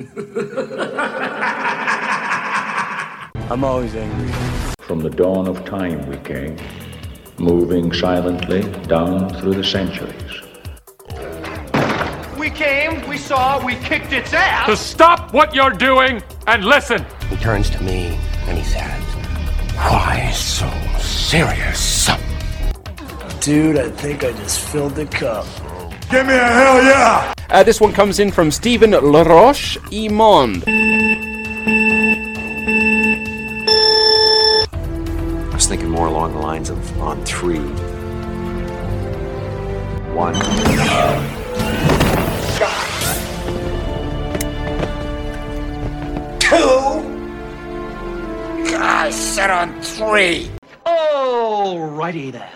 I'm always angry. From the dawn of time we came, moving silently down through the centuries. We came, we saw, we kicked its ass! To stop what you're doing and listen! He turns to me and he says, "Why so serious?" Dude, I think I just filled the cup. Give me a hell yeah! This one comes in from Stephen Laroche Imond. I was thinking more along the lines of on 3. 1. I said on 3. Alrighty then.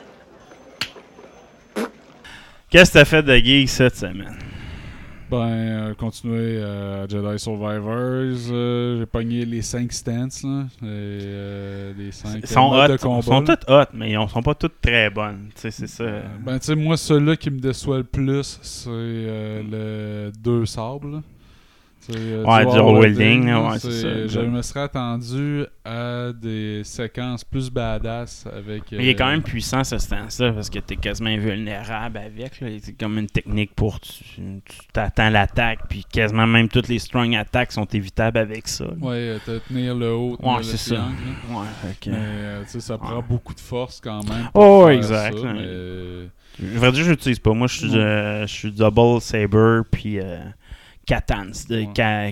Qu'est-ce que t'as fait de geek cette semaine? Continuer à Jedi Survivors. J'ai pogné les 5 stances, là. Les 5 modes de combat. Ils sont toutes hot, mais ils sont pas toutes très bonnes. C'est ça. Tu sais, moi, celui qui me déçoit le plus, c'est le 2 sables. Du wielding, c'est ça. Je me serais attendu à des séquences plus badass avec... Mais il est quand même puissant ce stance-là parce que t'es quasiment invulnérable avec. Là. C'est comme une technique pour... Tu t'attends l'attaque, puis quasiment même toutes les strong attacks sont évitables avec ça. Ouais, tenir le haut, tenir c'est le ça. triangle. Ouais, mais ça prend beaucoup de force quand même. Exact. Ça, Je vais dire que je l'utilise pas. Moi, je suis double saber, puis... Catan style.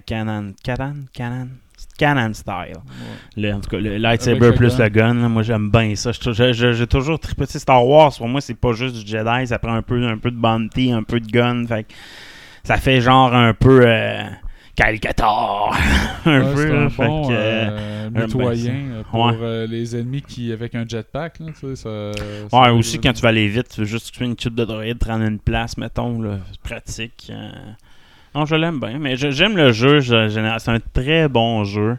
En tout cas, le lightsaber avec plus le gun, là, moi j'aime bien ça. J'ai toujours trippé. Star Wars, pour moi, c'est pas juste du Jedi, ça prend un peu de bounty, un peu de gun. Fait que ça fait genre un peu caricature. C'est un bon nettoyant pour les ennemis qui avec un jetpack. Là, ça aussi quand tu vas aller vite, tu veux juste tuer une tube de droïde, te rendre une place, mettons, là, c'est pratique. Non, je l'aime bien, mais j'aime le jeu. C'est un très bon jeu.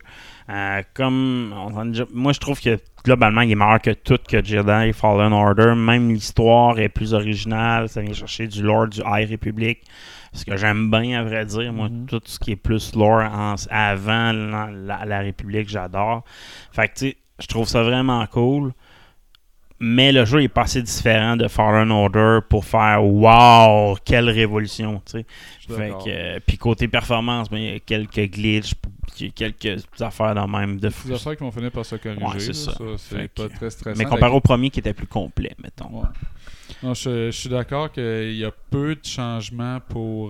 Moi, je trouve que globalement, il est meilleur que tout que Jedi Fallen Order. Même l'histoire est plus originale. Ça vient chercher du lore du High Republic. Ce que j'aime bien, à vrai dire. Moi, tout ce qui est plus lore avant la République, j'adore. Fait que, tu sais, je trouve ça vraiment cool. Mais le jeu est pas assez différent de Fallen Order pour faire « Wow! Quelle révolution! » Puis côté performance, il y a quelques glitches, quelques affaires dans même de fou. Des affaires qui vont finir par se corriger. Ouais, c'est ça. C'est pas très stressant. Mais comparé au premier qui était plus complet, mettons. Ouais. Non, je suis d'accord qu'il y a peu de changements pour...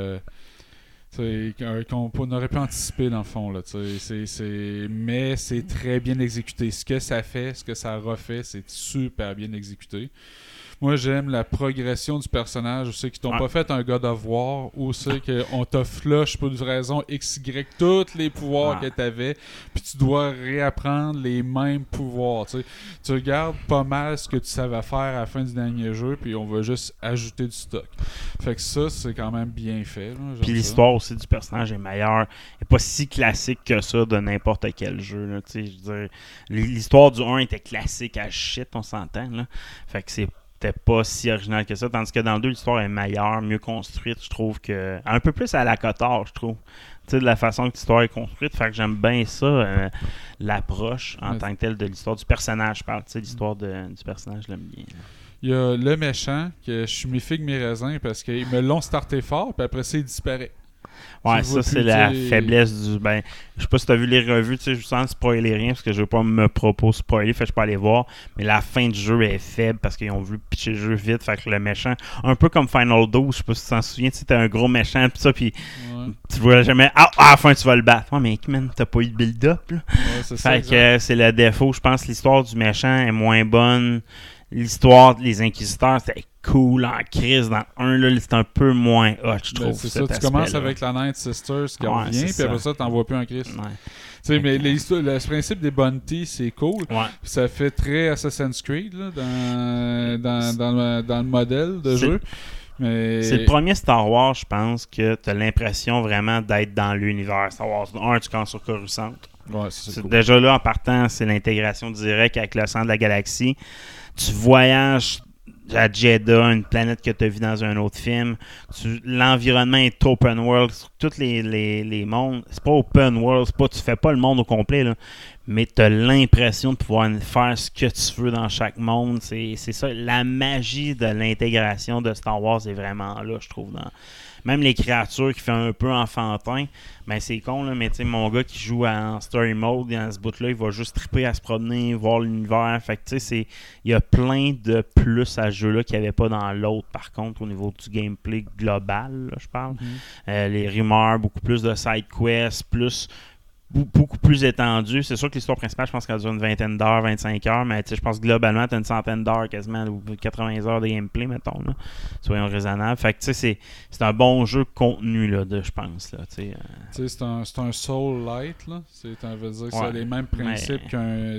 qu'on aurait pu anticiper dans le fond là, mais c'est très bien exécuté. Ce que ça fait, ce que ça refait, c'est super bien exécuté. Moi, j'aime la progression du personnage. Je sais qu'ils t'ont pas fait un God of War où c'est qu'on t'a flush pour une raison XY tous les pouvoirs que t'avais, puis tu dois réapprendre les mêmes pouvoirs. Tu regardes pas mal ce que tu savais faire à la fin du dernier jeu, puis on va juste ajouter du stock. Fait que ça, c'est quand même bien fait. Puis l'histoire aussi du personnage est meilleure. Elle n'est pas si classique que ça de n'importe quel jeu. Là, je veux dire, l'histoire du 1 était classique à shit, on s'entend. Là. Fait que c'était pas si original que ça, tandis que dans le 2, l'histoire est meilleure, mieux construite, je trouve que... Un peu plus à la Cotard, je trouve. Tu sais, de la façon que l'histoire est construite, fait que j'aime bien ça, l'approche en tant que telle de l'histoire du personnage, je parle, tu sais, l'histoire du personnage, je l'aime bien. Il y a le méchant, que je suis mes figues, mes raisins, parce qu'ils me l'ont starté fort, puis après ça, il disparaît. Ouais, ça, c'est la faiblesse du... Ben, je sais pas si tu as vu les revues, tu sais, je sens spoiler rien, parce que je veux pas me proposer spoiler, fait que je peux aller voir, mais la fin du jeu est faible, parce qu'ils ont voulu pitcher le jeu vite, fait que le méchant, un peu comme Final 12, je sais pas si tu t'en souviens, tu sais, t'as un gros méchant, pis ça, pis tu vois jamais, à la fin, tu vas le battre. Ouais, mais man, t'as pas eu de build-up, là. Ouais, c'est ça, fait que c'est le défaut, je pense, l'histoire du méchant est moins bonne. L'histoire des Inquisiteurs, c'était cool en crise. Dans le 1, là, c'est un peu moins hot, je trouve. C'est ça, tu commences avec la Night Sisters qui revient, puis après ça, t'en vois plus en crise. Ouais. Mais le principe des bounties, c'est cool. Ouais. Ça fait très Assassin's Creed là, dans le modèle de jeu. Mais... C'est le premier Star Wars, je pense, que tu as l'impression vraiment d'être dans l'univers Star Wars. 1, tu commences sur Coruscant. Ouais, c'est cool. Déjà là, en partant, c'est l'intégration directe avec le centre de la galaxie. Tu voyages à Jeddah, une planète que tu as vue dans un autre film. L'environnement est open world. Tous les mondes, c'est pas open world, tu fais pas le monde au complet, là, mais tu as l'impression de pouvoir faire ce que tu veux dans chaque monde. C'est ça, la magie de l'intégration de Star Wars est vraiment là, je trouve. Même les créatures qui font un peu enfantin, ben c'est con, là, mais tu sais, mon gars qui joue en story mode, dans ce bout-là, il va juste triper à se promener, voir l'univers. Fait que tu sais, il y a plein de plus à ce jeu-là qu'il n'y avait pas dans l'autre, par contre, au niveau du gameplay global, là, je parle. Les rumeurs, beaucoup plus de side quests, beaucoup plus étendu. C'est sûr que l'histoire principale, je pense qu'elle dure une vingtaine d'heures, 25 heures, mais je pense que globalement, tu as une centaine d'heures quasiment, ou 80 heures de gameplay, mettons. Là. Soyons raisonnables. Fait que c'est un bon jeu contenu, là, je pense. Là, c'est un Soul Light, là. Ça veut dire que ça a les mêmes principes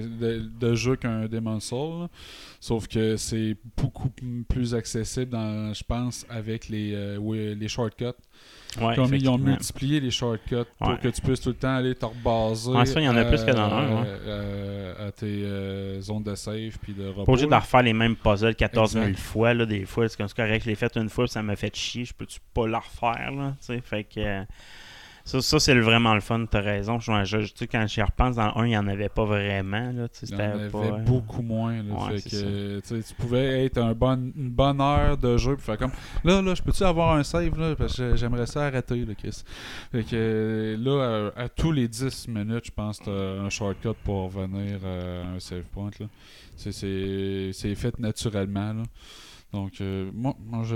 de jeu qu'un Demon's Soul, là. Sauf que c'est beaucoup plus accessible, je pense, avec les shortcuts. Ouais, comme ils ont multiplié les shortcuts pour que tu puisses tout le temps aller te rebaser. Ouais, ça, il y en a plus que dans un. À tes zones de save puis de repos. Pas obligé de refaire les mêmes puzzles 14 000 fois. Là, des fois, c'est correct. Je l'ai fait une fois ça m'a fait chier. Je peux-tu pas la refaire? Là, fait que. Ça, c'est vraiment le fun, t'as raison. Quand j'y repense, dans le 1, il n'y en avait pas vraiment. Là, il y en avait beaucoup moins. Là, ouais, fait que, tu pouvais être une bonne heure de jeu et faire comme là, je peux-tu avoir un save là, parce que j'aimerais ça arrêter, là, Chris. Fait que là, à tous les 10 minutes, je pense que t'as un shortcut pour revenir à un save point. Là. C'est fait naturellement. Là. Donc, moi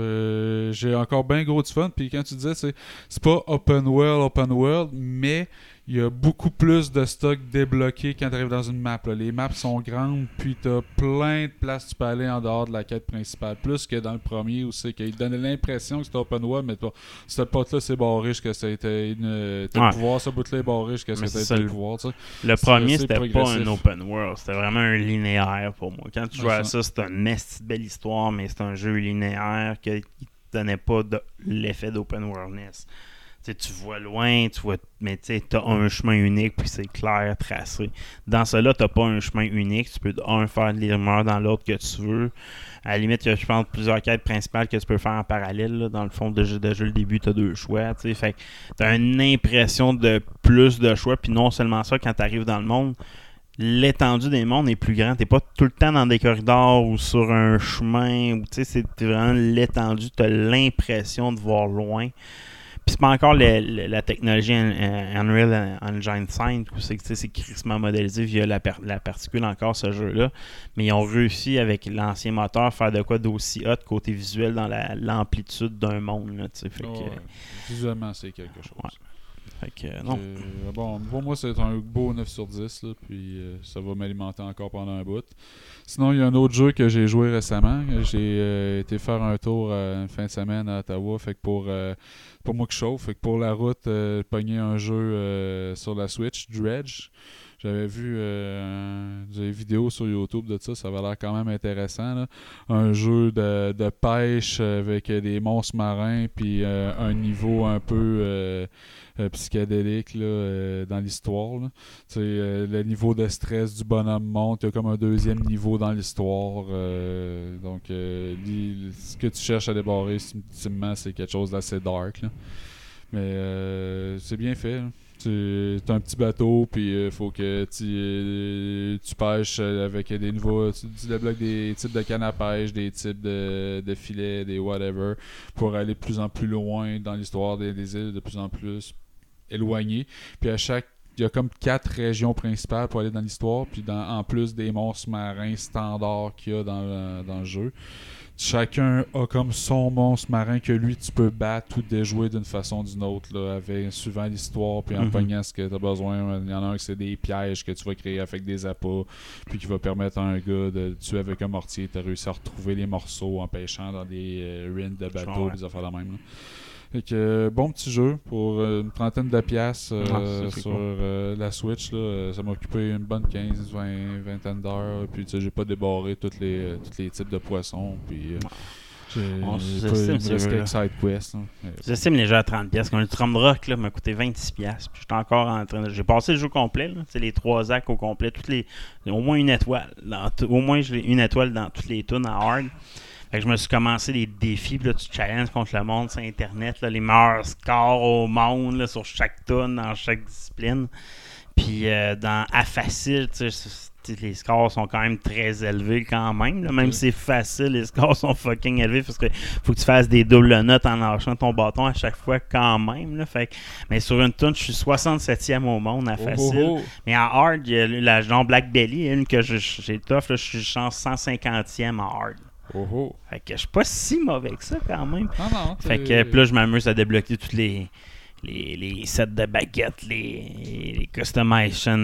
j'ai encore bien gros du fun. Puis quand tu disais, c'est pas open world, mais il y a beaucoup plus de stock débloqué quand tu arrives dans une map. Là. Les maps sont grandes, puis tu as plein de places tu peux aller en dehors de la quête principale. Plus que dans le premier où c'est qu'il donnait l'impression que c'était open world, mais cette pote-là, c'est barré jusqu'à ça a été le pouvoir, ce bout-là est barré jusqu'à ça a été le pouvoir. T'sais. Le premier, c'était pas un open world, c'était vraiment un linéaire pour moi. Quand tu jouais à ça, c'était une belle histoire, mais c'était un jeu linéaire qui ne donnait pas l'effet d'open worldness. T'sais, tu vois loin, mais tu as un chemin unique, puis c'est clair, tracé. Dans cela, tu n'as pas un chemin unique. Tu peux faire les rumeurs dans l'autre que tu veux. À la limite, il y a, je pense, plusieurs quêtes principales que tu peux faire en parallèle. Là. Dans le fond, déjà le début, tu as 2 choix. Fait que tu as une impression de plus de choix. Puis non seulement ça, quand tu arrives dans le monde, l'étendue des mondes est plus grande. Tu n'es pas tout le temps dans des corridors ou sur un chemin. C'est vraiment l'étendue. Tu as l'impression de voir loin. Puis c'est pas encore la technologie Unreal Engine 5 où c'est crissement modélisé via la particule encore ce jeu-là. Mais ils ont réussi avec l'ancien moteur à faire de quoi d'aussi hot côté visuel dans l'amplitude d'un monde. Là, fait que, visuellement, c'est quelque chose. Ouais. Fait que, non. Bon, pour moi, c'est un beau 9 sur 10. Là, puis ça va m'alimenter encore pendant un bout. Sinon, il y a un autre jeu que j'ai joué récemment. J'ai été faire un tour une fin de semaine à Ottawa. Fait que pour moi qui chauffe, fait que pour la route, pogner un jeu sur la Switch, Dredge. J'avais vu des vidéos sur YouTube de ça avait l'air quand même intéressant. Là. Un jeu de pêche avec des monstres marins puis un niveau un peu psychédélique là, dans l'histoire. Là. Le niveau de stress du bonhomme monte, il y a comme un deuxième niveau dans l'histoire. Donc ce que tu cherches à débarrer, ultimement, c'est quelque chose d'assez dark. Là. Mais c'est bien fait. Là. T'as un petit bateau, puis il faut que tu pêches avec des nouveaux. Tu débloques des types de cannes à pêche, des types de filets, des whatever, pour aller de plus en plus loin dans l'histoire des îles, de plus en plus éloignées. Puis il y a comme 4 régions principales pour aller dans l'histoire, puis en plus des monstres marins standards qu'il y a dans le jeu. Chacun a comme son monstre marin que lui tu peux battre ou déjouer d'une façon ou d'une autre là, suivant l'histoire puis en pognant ce que tu as besoin. Il y en a un qui c'est des pièges que tu vas créer avec des appâts puis qui va permettre à un gars de tuer avec un mortier. Tu as réussi à retrouver les morceaux en pêchant dans des ruines de bateaux, des affaires de même. Là. Fait que bon petit jeu pour une trentaine de piastres sur cool. La Switch. Là, ça m'a occupé une bonne 15-20 d'heures. Puis j'ai pas débarré tous les types de poissons. Puis j'estime les jeux à 30$. Comme le Trump Rock m'a coûté 26$. Puis j'étais encore en train de. J'ai passé le jeu complet, là, les 3 actes au complet, au moins une étoile. Au moins j'ai une étoile dans toutes les tunes en hard. Fait que je me suis commencé des défis, puis là, tu challenges contre le monde sur Internet, là, les meilleurs scores au monde là, sur chaque tune, dans chaque discipline. Puis dans A facile, tu sais, les scores sont quand même très élevés quand même. Là. Même si c'est facile, les scores sont fucking élevés parce que faut que tu fasses des doubles notes en lâchant ton bâton à chaque fois quand même. Là. Fait que, mais sur une tune, je suis 67e au monde à facile. Mais en hard, il y a la genre Black Belly, une que j'ai tough, là, je suis genre 150e en hard. Fait que je suis pas si mauvais que ça quand même. Non, fait que puis là, je m'amuse à débloquer toutes les sets de baguettes, les custom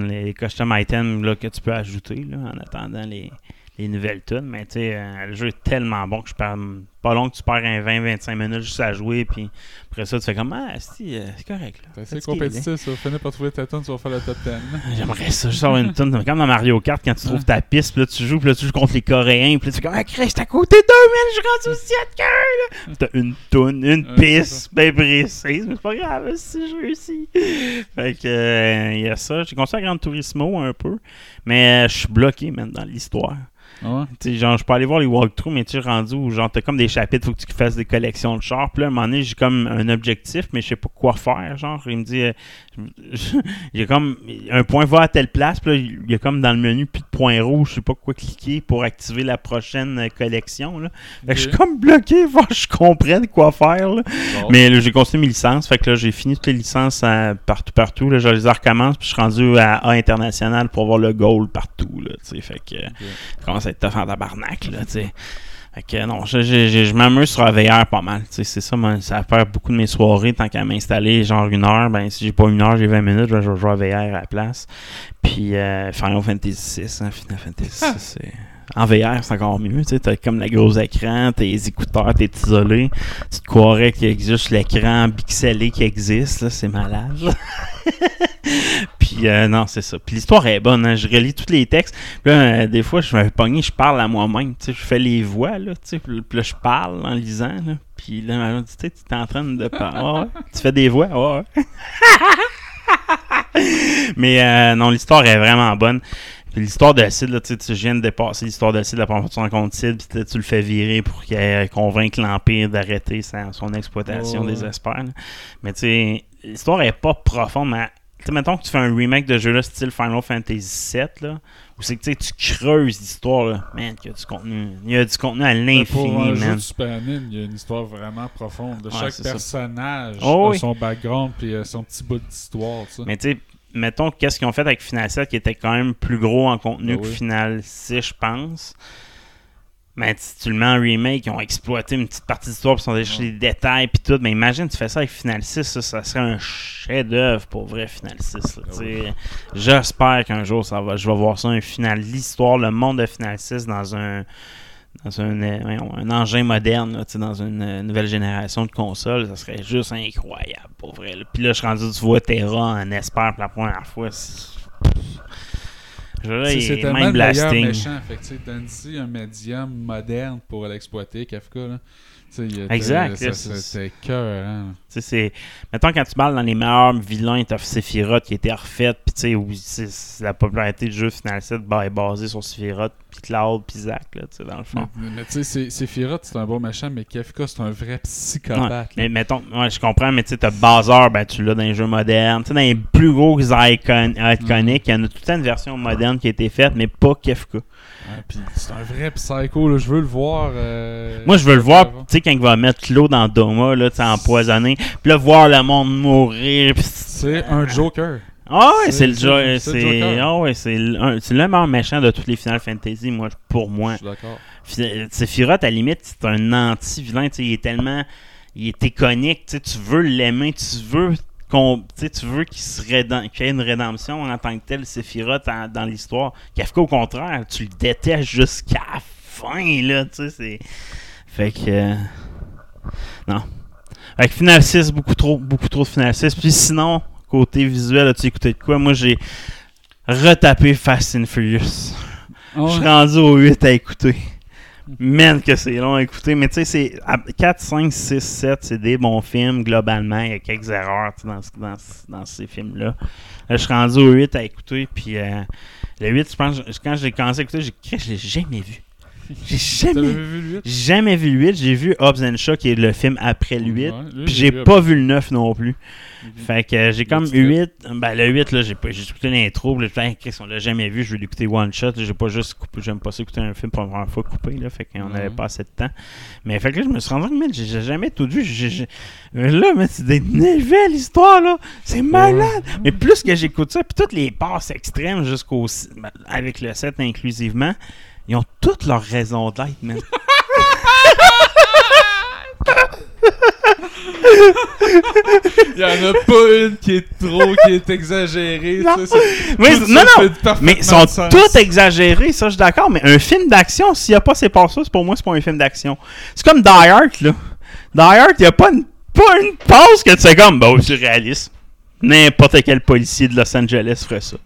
items là, que tu peux ajouter là, en attendant les nouvelles tunes. Mais tu sais, le jeu est tellement bon que je perds pas long que tu perds un 20-25 minutes juste à jouer. Puis après ça, tu fais comme c'est correct. Là. C'est compétitif, ça. Finis par trouver ta tune, tu vas faire le top 10. J'aimerais ça, juste avoir une tune. Comme dans Mario Kart, quand tu trouves ta piste, puis là tu joues contre les Coréens. Puis là tu fais comme Chris, t'es à côté d'eux, man, je suis rendu au 7 cœurs. T'as une tune, une piste, bien précise. Mais c'est pas grave, si je réussis. Fait que, il y a ça. J'ai continué à Gran Turismo un peu. Mais je suis bloqué, man, dans l'histoire. Ouais. Genre, je peux aller voir les walkthroughs, mais tu sais, rendu où genre t'as comme des chapitres, faut que tu fasses des collections de chars. Puis là, à un moment donné, j'ai comme un objectif, mais je sais pas quoi faire. Genre, il me dit, il y a comme un point va à telle place, puis là, il y a comme dans le menu, puis de point rouge, je sais pas quoi cliquer pour activer la prochaine collection. Là. Fait que je suis comme bloqué, faut que je comprenne quoi faire. Là. Bon. Mais là, j'ai continué mes licences, fait que là, j'ai fini toutes les licences partout. Là, je les recommence, puis je suis rendu à A international pour avoir le gold partout. Là, fait que commence à être tough en tabarnak, là, tu sais. Fait que non, je m'amuse sur la VR pas mal, tu sais, c'est ça, ça va faire beaucoup de mes soirées tant qu'à m'installer genre 1 heure, ben si j'ai pas 1 heure, j'ai 20 minutes, je vais jouer à VR à la place. Puis Final Fantasy VI, hein, Final Fantasy VI, c'est... En VR, c'est encore mieux, tu sais, t'as comme le gros écran, tes écouteurs, t'es isolé, tu te croirais qu'il existe l'écran pixelé qui existe, là, c'est malade. Puis non, c'est ça. Puis l'histoire est bonne, hein? Je relis tous les textes. Puis là, des fois, je me fais pogner, je parle à moi-même, tu sais, je fais les voix, là, tu sais, puis là, je parle en lisant, là. Puis là, ma dit, tu sais, tu es en train de parler, tu fais des voix, ouais. Mais non, l'histoire est vraiment bonne. Puis l'histoire de Sid, là, tu viens de dépasser l'histoire de Sid la première fois que tu rencontres Sid, puis tu le fais virer pour qu'il convainque l'Empire d'arrêter son exploitation des espères. Là. Mais tu sais, l'histoire est pas profonde, mais mettons que tu fais un remake de jeu là style Final Fantasy VII, là, où c'est que tu creuses l'histoire, là. Man, il y a du contenu. Il y a du contenu à l'infini, pour un man. jeu de Super Nintendo, il y a une histoire vraiment profonde de chaque personnage, son background, puis son petit bout d'histoire. Ça. Mais tu sais, mettons, qu'est-ce qu'ils ont fait avec Final 7 qui était quand même plus gros en contenu que Final 6, je pense. Mais si tu le mets en remake, ils ont exploité une petite partie d'histoire, puis ils sont allés chercher des détails, puis tout. Mais imagine, tu fais ça avec Final 6, ça serait un chef-d'œuvre pour vrai, Final 6. Là, j'espère qu'un jour, je vais voir ça, un final, l'histoire, le monde de Final 6 dans un engin moderne, là, dans une nouvelle génération de consoles, ça serait juste incroyable, pour vrai. Là. Puis là, je suis rendu, tu vois Terra en espère pour la première fois. C'est tellement le meilleur méchant. Fait que donne-y un médium moderne pour l'exploiter, Kafka. Là. Exact. C'était cœur. Hein. Mettons, quand tu parles dans les meilleurs vilains, t'as Sephiroth qui a été refait, puis tu sais, où la popularité du jeu Final 7 est basée sur Sephiroth, puis Cloud, puis Zack, là, dans le fond. Mais tu sais, Sephiroth, c'est un bon méchant, mais Kafka, c'est un vrai psychopathe. Mais mettons, je comprends, mais tu sais, t'as Bowser, tu l'as dans les jeux modernes. Tu sais, dans les plus gros iconiques, il y en a tout le temps une version moderne qui a été faite, mais pas Kafka. Puis c'est un vrai psycho, là. Je veux le voir. Moi, je veux le voir, tu sais, quand il va mettre Claude dans Doma, là, empoisonné, puis là, voir le monde mourir. C'est un Joker. Ah ouais, c'est le Joker. C'est le meilleur méchant de tous les Final Fantasy, pour moi. Je suis d'accord. Sephiroth, à la limite, c'est un anti-vilain, il est tellement... Il est iconique, tu veux l'aimer, tu veux qu'il y ait une rédemption en tant que tel, Sephiroth dans l'histoire. Kafka, au contraire, tu le détestes jusqu'à la fin, là, tu sais, c'est... Fait que... non. Avec Final 6, beaucoup trop de Final 6. Puis sinon, côté visuel, as-tu écouté de quoi? Moi, j'ai retapé Fast and Furious. Je suis rendu au 8 à écouter. Man, que c'est long à écouter. Mais tu sais, c'est 4, 5, 6, 7, c'est des bons films globalement. Il y a quelques erreurs dans ces films-là. Là, je suis rendu au 8 à écouter. Puis le 8, je pense, quand j'ai commencé à écouter, je l'ai jamais vu. J'ai T'avais vu le 8? jamais vu le 8. J'ai vu Hobbs and Shaw, qui est le film après le 8. Ouais, lui, Puis j'ai j'ai vu pas après. vu le 9 non plus. Fait que j'ai comme 8. Ben, le 8, là, j'ai écouté l'intro. Puis là, Chris, on l'a jamais vu. Je vais l'écouter one shot. J'ai pas juste coupé. J'aime pas ça écouter un film pour la première fois coupé. Là, fait qu'on avait pas assez de temps. Mais fait que là, je me suis rendu compte, j'ai jamais tout vu. Là, mais c'est des nouvelles histoires, là. C'est malade. Mais plus que j'écoute ça, puis toutes les passes extrêmes jusqu'au. Avec le 7 inclusivement, ils ont toutes leurs raisons d'être, man. Il y en a pas une qui est exagérée. Non. Ça, Mais, tout non, ça non, fait parfaitement mais ils sont sens. tous exagérés, ça je suis d'accord, mais un film d'action, s'il n'y a pas ces passes-là, pour moi, c'est pas un film d'action. C'est comme Die Hard, là. Die Hard, il n'y a pas une passe que tu sais comme, bah, c'est réaliste. N'importe quel policier de Los Angeles ferait ça.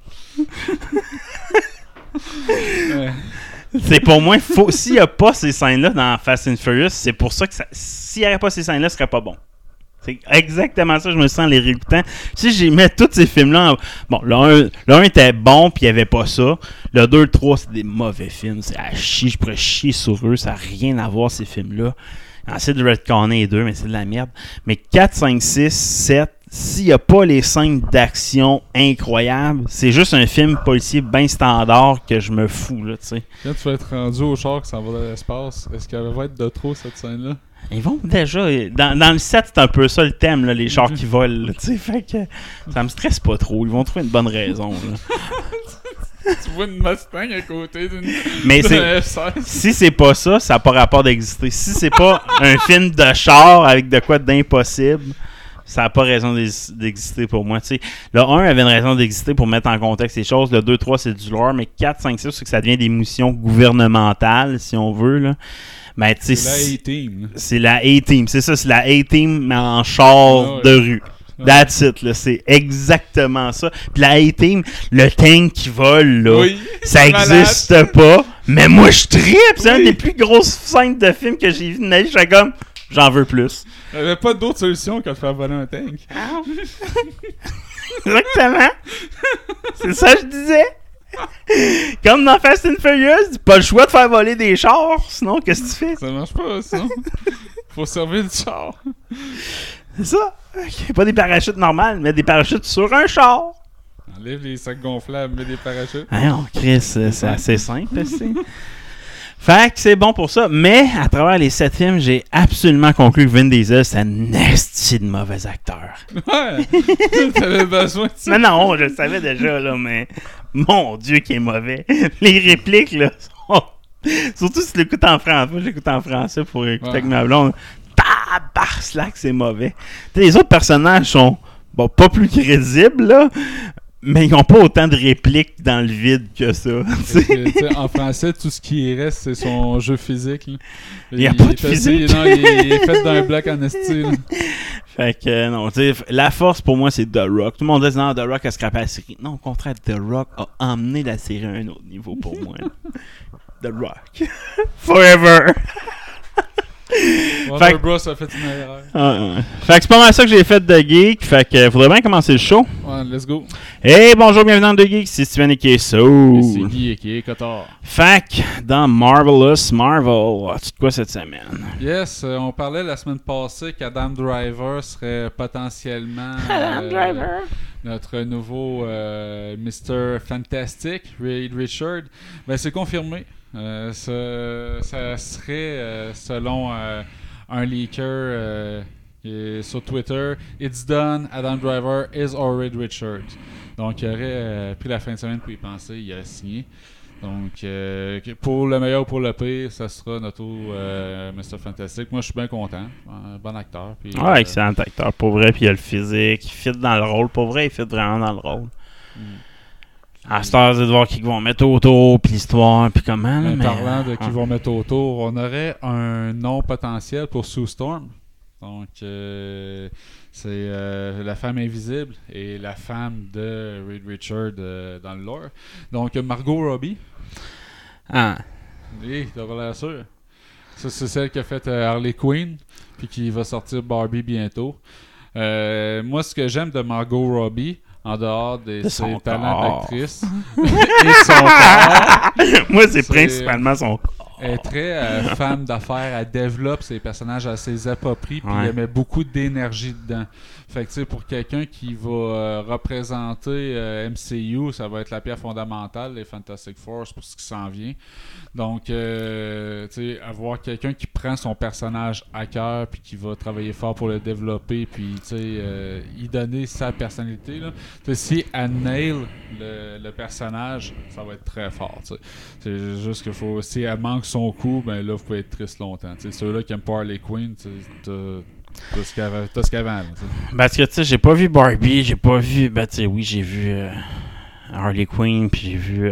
Ouais. C'est pour moi, s'il n'y a pas ces scènes-là dans Fast and Furious, c'est pour ça que s'il n'y avait pas ces scènes-là, ce serait pas bon. C'est exactement ça, je me sens en les réécoutant. Si j'ai mis tous ces films-là, bon, le 1 était bon, puis il n'y avait pas ça. Le 2, le 3, c'est des mauvais films. C'est à chier, je pourrais chier sur eux. Ça n'a rien à voir, ces films-là. J'essaie de retconner les 2, mais c'est de la merde. Mais 4, 5, 6, 7, s'il n'y a pas les scènes d'action incroyables, c'est juste un film policier bien standard que je me fous, là, tu sais. Quand tu vas être rendu au char qui s'en va dans l'espace, est-ce qu'elle va être de trop, cette scène-là? Ils vont déjà... Dans le 7, c'est un peu ça le thème, là, les chars qui volent, tu sais, fait que ça me stresse pas trop. Ils vont trouver une bonne raison, là. Tu vois une Mustang à côté d'une F-16. Si c'est pas ça, ça n'a pas rapport d'exister. Si c'est pas un film de char avec de quoi d'impossible, ça n'a pas raison d'exister pour moi. T'sais. Le 1 avait une raison d'exister pour mettre en contexte les choses. Le 2, 3, c'est du lore. Mais 4, 5, 6, c'est que ça devient des missions gouvernementales, si on veut. Là. Ben, c'est la A-Team. C'est la A-Team. C'est ça, c'est la A-Team, mais en char de rue. That's it, là. C'est exactement ça. Puis la A-Team, le tank qui vole, là, oui, ça existe pas. Mais moi, je trippe. C'est une des plus grosses scènes de films que j'ai vu de ma vie. Je suis comme, j'en veux plus. Il n'y avait pas d'autre solution que de faire voler un tank. Exactement. C'est ça que je disais. Comme dans Fast and Furious, pas le choix de faire voler des chars. Sinon, qu'est-ce que tu fais? Ça marche pas, sinon. Faut servir du char. C'est ça. Pas des parachutes normales, mais des parachutes sur un char. Enlève les sacs gonflables, mets des parachutes. Ah non, Chris, c'est assez simple. Fait que c'est bon pour ça. Mais à travers les 7 films, j'ai absolument conclu que Vin Diesel, c'est un esti de mauvais acteur. Ouais. T'avais besoin de ça. Non, je le savais déjà, là, mais mon Dieu, qu'il est mauvais. Les répliques, là, sont... Surtout si tu l'écoutes en français. Moi, j'écoute en français pour écouter avec ma blonde. Tabarslack, c'est mauvais. T'sais, les autres personnages sont pas plus crédibles, là, mais ils n'ont pas autant de répliques dans le vide que ça. Que, en français, tout ce qui reste, c'est son jeu physique. Là. Il n'y a pas de physique. Non, il est fait d'un bloc en esti. Fait que, non, la force pour moi, c'est The Rock. Tout le monde dit, non, The Rock a scrappé la série. Non, au contraire, The Rock a emmené la série à un autre niveau pour moi. The Rock. Forever. Warner Bros a fait une erreur. Fait que c'est pas mal ça que j'ai fait de Geek. Fait que faudrait bien commencer le show. Ouais, let's go. Hey, bonjour, bienvenue dans The Geek. C'est Steven et Kesso. C'est Guy qui est Cotard. Fait que dans Marvelous Marvel, as-tu de quoi cette semaine? Yes, on parlait la semaine passée qu'Adam Driver serait potentiellement notre nouveau Mr. Fantastic, Reed Richard. Ben, c'est confirmé. Ça serait, selon un leaker sur Twitter, It's done, Adam Driver is already Richard. Donc, il aurait pris la fin de semaine pour y penser, il aurait signé. Donc, pour le meilleur ou pour le pire, ça sera notre Mr. Fantastic. Moi, je suis bien content. Bon acteur. Puis, excellent acteur, pour vrai. Puis il a le physique, il fit dans le rôle. Pour vrai, il fit vraiment dans le rôle. À cette heure, c'est de voir qui vont mettre autour, puis l'histoire, puis comment. Là, mais parlant de qui vont mettre autour, on aurait un nom potentiel pour Sue Storm. Donc, c'est la femme invisible et la femme de Reed Richard dans le lore. Donc, Margot Robbie. Ah. Oui, t'as l'air sûr. Ça, c'est celle qui a fait Harley Quinn, puis qui va sortir Barbie bientôt. Moi, ce que j'aime de Margot Robbie, en dehors de ses talents d'actrice et son corps. Moi, c'est principalement son corps. Elle est très femme d'affaires. Elle développe ses personnages, elle ses approprie, puis elle met beaucoup d'énergie dedans. Fait que tu sais, pour quelqu'un qui va représenter MCU, ça va être la pierre fondamentale, les Fantastic Four, pour ce qui s'en vient. Donc, tu sais, avoir quelqu'un qui prend son personnage à cœur, puis qui va travailler fort pour le développer, puis tu sais, y donner sa personnalité. Là. Si elle nail le personnage, ça va être très fort. T'sais. C'est juste qu'il faut. Si elle manque son coup, ben là, vous pouvez être triste longtemps. T'sais, ceux-là qui aiment pas Harley Quinn, t'as ce qu'avant. Parce que tu sais, j'ai pas vu Barbie, j'ai pas vu. Ben tu sais, oui, j'ai vu Harley Quinn, puis j'ai vu.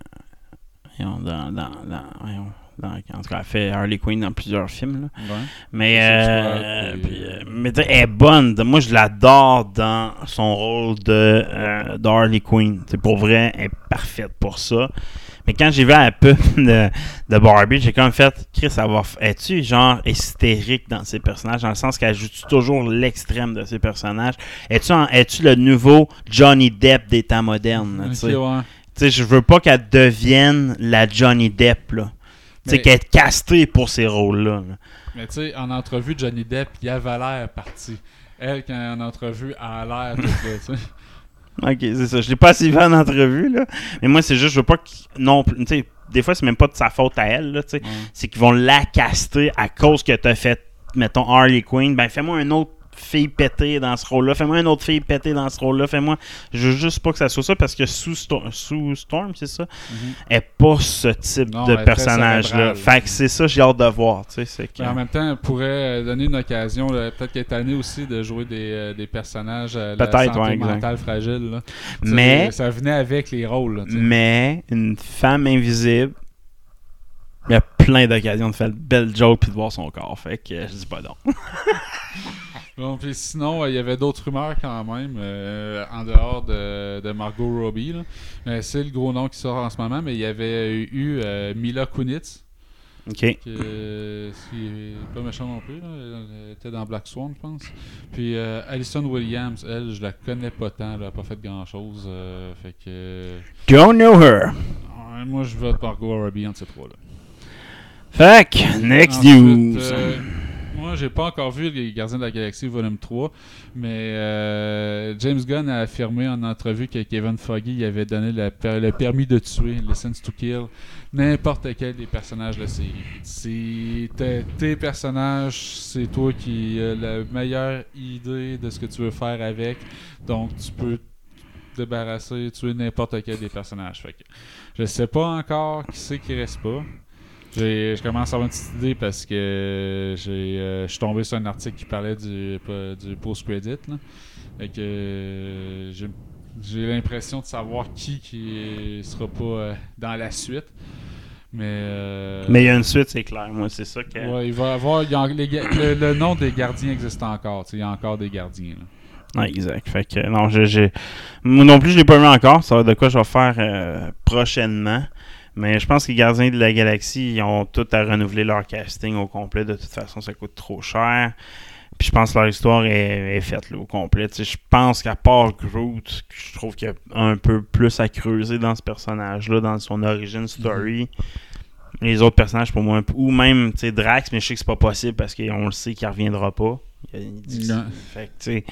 En tout cas, elle fait Harley Quinn dans plusieurs films. Là. Ouais. Mais elle est bonne. Moi, je l'adore dans son rôle de Harley Quinn. T'sais, pour vrai, elle est parfaite pour ça. Mais quand j'ai vu un peu de Barbie, j'ai comme fait, Chris, es-tu genre hystérique dans ses personnages, dans le sens qu'elle joue toujours l'extrême de ses personnages? Es-tu le nouveau Johnny Depp des temps modernes? Okay, ouais. T'sais, je veux pas qu'elle devienne la Johnny Depp, là. T'sais, qu'elle est castée pour ces rôles-là. Là. Mais tu sais, en entrevue, Johnny Depp, il avait l'air parti. Elle, quand en entrevue, elle a l'air tout là, tu sais. Ok, c'est ça. Je l'ai pas assez vu en entrevue, là. Mais moi, c'est juste, je veux pas non plus. Tu sais, des fois, c'est même pas de sa faute à elle, là, tu sais. C'est qu'ils vont la caster à cause que t'as fait, mettons, Harley Quinn. Ben, fais-moi un autre fille pétée dans ce rôle-là. Fais-moi une autre fille pétée dans ce rôle-là. Je veux juste pas que ça soit ça parce que Sue Storm, c'est ça, est pas ce type de personnage-là. Fait que c'est ça, j'ai hâte de voir. En même temps, elle pourrait donner une occasion, là, peut-être qu'elle est tannée aussi de jouer des personnages à la santé mentale fragile. Là. Mais ça venait avec les rôles. Là, mais une femme invisible, il y a plein d'occasions de faire de belles jokes puis de voir son corps. Fait que je dis pas non. Bon, puis sinon, il y avait d'autres rumeurs quand même, en dehors de Margot Robbie. Là. C'est le gros nom qui sort en ce moment, mais il y avait eu Mila Kunis. OK. Qui est pas méchant non plus. Là. Elle était dans Black Swan, je pense. Puis Alison Williams, elle, je la connais pas tant. Elle a pas fait grand-chose. Fait que... Don't know her. Moi, je vote Margot Robbie entre ces trois-là. Fait que, next news. Moi, j'ai pas encore vu les Gardiens de la Galaxie volume 3, mais James Gunn a affirmé en entrevue que Kevin Feige il avait donné le permis de tuer, License to Kill, n'importe quel des personnages de la série. Si tes personnages, c'est toi qui as la meilleure idée de ce que tu veux faire avec, donc tu peux te débarrasser, tuer n'importe quel des personnages. Fait que, je sais pas encore qui c'est qui reste pas. Je commence à avoir une petite idée parce que je suis tombé sur un article qui parlait du post-credit. Fait que j'ai l'impression de savoir qui sera pas dans la suite. Mais il y a une suite, c'est clair. Moi, c'est ça que... Ouais, il va y avoir... le nom des gardiens existe encore. Il y a encore des gardiens. Là. Ouais, exact. Fait que non, moi non plus, je l'ai pas vu encore. Ça va être de quoi je vais faire prochainement. Mais je pense que les Gardiens de la Galaxie, ils ont tout à renouveler leur casting au complet. De toute façon, ça coûte trop cher. Puis je pense que leur histoire est faite là, au complet. T'sais, je pense qu'à part Groot, je trouve qu'il y a un peu plus à creuser dans ce personnage-là, dans son origin story. Les autres personnages, pour moi, ou même Drax, mais je sais que c'est pas possible parce qu'on le sait qu'il reviendra pas. Fait que, tu sais...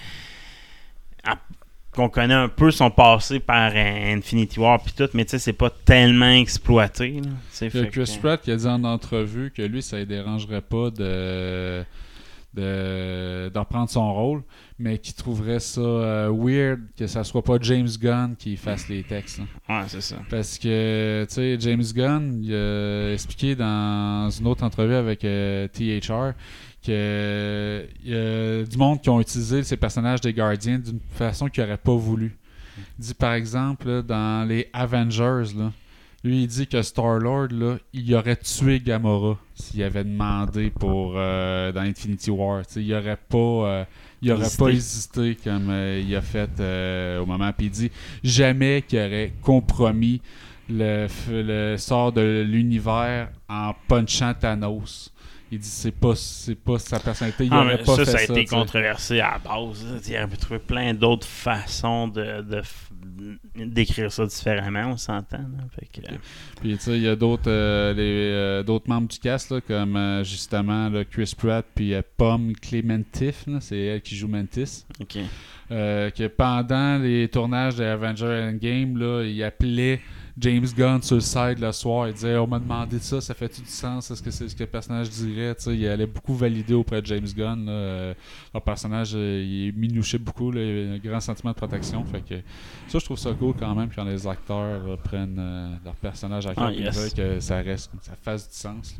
qu'on connaît un peu son passé par Infinity War pis tout, mais tu sais, c'est pas tellement exploité. Il y a Chris Pratt qui a dit en entrevue que lui, ça ne dérangerait pas d'en prendre son rôle, mais qu'il trouverait ça weird que ça soit pas James Gunn qui fasse les textes. Ouais, c'est ça. Parce que, tu sais, James Gunn, il a expliqué dans une autre entrevue avec THR qu'il y a du monde qui ont utilisé ces personnages des Gardiens d'une façon qu'ils n'auraient pas voulu. Il dit par exemple là, dans les Avengers, là, lui il dit que Star-Lord là, il aurait tué Gamora s'il avait demandé pour dans Infinity War. Il n'aurait pas hésité comme il a fait au moment. Puis il dit jamais qu'il aurait compromis le sort de l'univers en punchant Thanos. Il dit c'est pas sa personnalité. Il Ah, aurait mais pas fait ça a ça. été t'sais. controversé à la base. Là. Il aurait trouvé plein d'autres façons d'écrire ça différemment, on s'entend. Là. Fait que, Puis tu sais, il y a d'autres membres du cast là, comme justement là, Chris Pratt puis Pomme Clementif, là, c'est elle qui joue Mantis. OK. Que pendant les tournages de Avengers Endgame, là, il appelait James Gunn sur le side le soir. Il disait on m'a demandé ça fait-tu du sens? Est-ce que c'est ce que le personnage dirait? T'sais, il allait beaucoup valider auprès de James Gunn. Leur personnage, il minouchait beaucoup. Là, il y avait un grand sentiment de protection. Fait que ça, je trouve ça cool quand même quand les acteurs prennent leur personnage à cœur. Ils veulent que ça reste, que ça fasse du sens.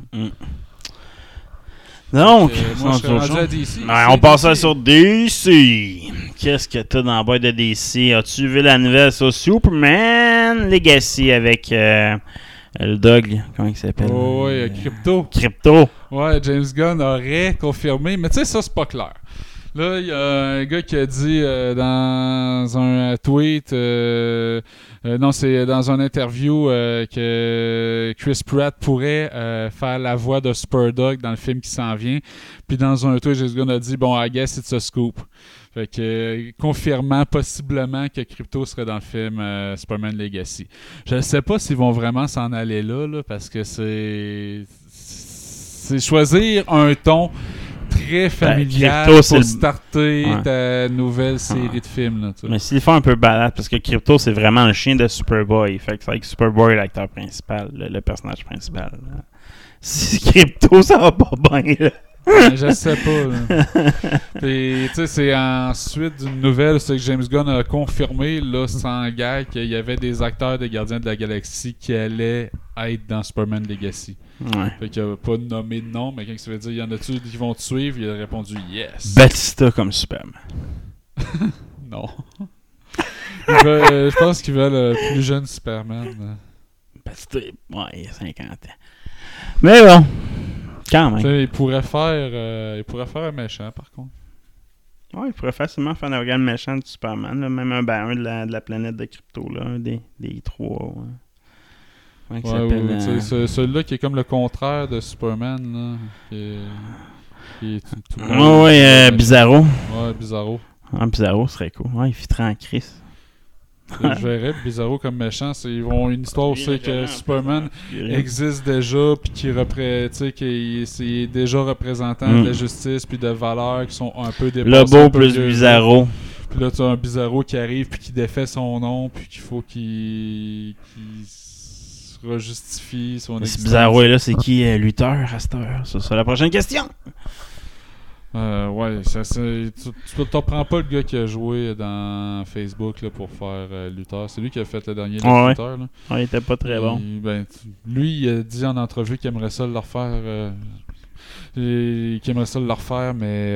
Donc, moi, je serais rendu à DC. On passe sur DC. Qu'est-ce que t'as dans la boîte de DC? As-tu vu la nouvelle sur Superman Legacy avec le dog? Comment il s'appelle? Oh, oui, Crypto. Ouais, James Gunn aurait confirmé, mais tu sais, ça, c'est pas clair. Là, il y a un gars qui a dit dans un tweet, non, c'est dans une interview que Chris Pratt pourrait faire la voix de Superdog dans le film qui s'en vient. Puis dans un tweet, James Gunn a dit, bon, I guess it's a scoop. Fait que, confirmant possiblement que Crypto serait dans le film Superman Legacy. Je ne sais pas s'ils vont vraiment s'en aller là, parce que c'est choisir un ton très familial pour starter ta nouvelle série de films. Là, mais s'ils font un peu balade, parce que Crypto, c'est vraiment le chien de Superboy. Fait que c'est avec Superboy l'acteur principal, le personnage principal. Là. Si Crypto, ça va pas bien, là. Je sais pas. Puis, tu sais, c'est ensuite d'une nouvelle, c'est que James Gunn a confirmé, là, sans gag, qu'il y avait des acteurs des Gardiens de la Galaxie qui allaient être dans Superman Legacy. Ouais. Fait qu'il n'a pas nommé de nom, mais quand ça veut dire, il y en a-tu qui vont te suivre, il a répondu yes. Batista comme Superman. Non. Je pense qu'il veut le plus jeune Superman. Batista, ouais, il a 50 ans. Mais bon. Quand même. Il pourrait faire un méchant, par contre. Ouais, il pourrait facilement faire un organe méchant de Superman, là, même un de la planète de Crypto, là, un des trois. Ouais. Celui-là qui est comme le contraire de Superman, là. Bizarro. Ouais, Bizarro. Bizarro serait cool. Ouais, il fitterait en crise. Je verrais Bizarro comme méchant. Ils vont une histoire aussi que Superman existe déjà, puis qu'il est déjà représentant de la justice puis de valeurs qui sont un peu dépassées. Le beau plus Bizarro. Puis là, tu as un Bizarro qui arrive puis qui défait son nom, puis qu'il faut qu'il se rejustifie son existence. Bizarro est là, c'est qui lutteur à cette heure? C'est la prochaine question. Ouais, tu t'en prends pas le gars qui a joué dans Facebook là, pour faire lutteur. C'est lui qui a fait le dernier lutteur. Là. Ouais, il était pas très bon. Lui, il a dit en entrevue qu'il aimerait ça le refaire. Mais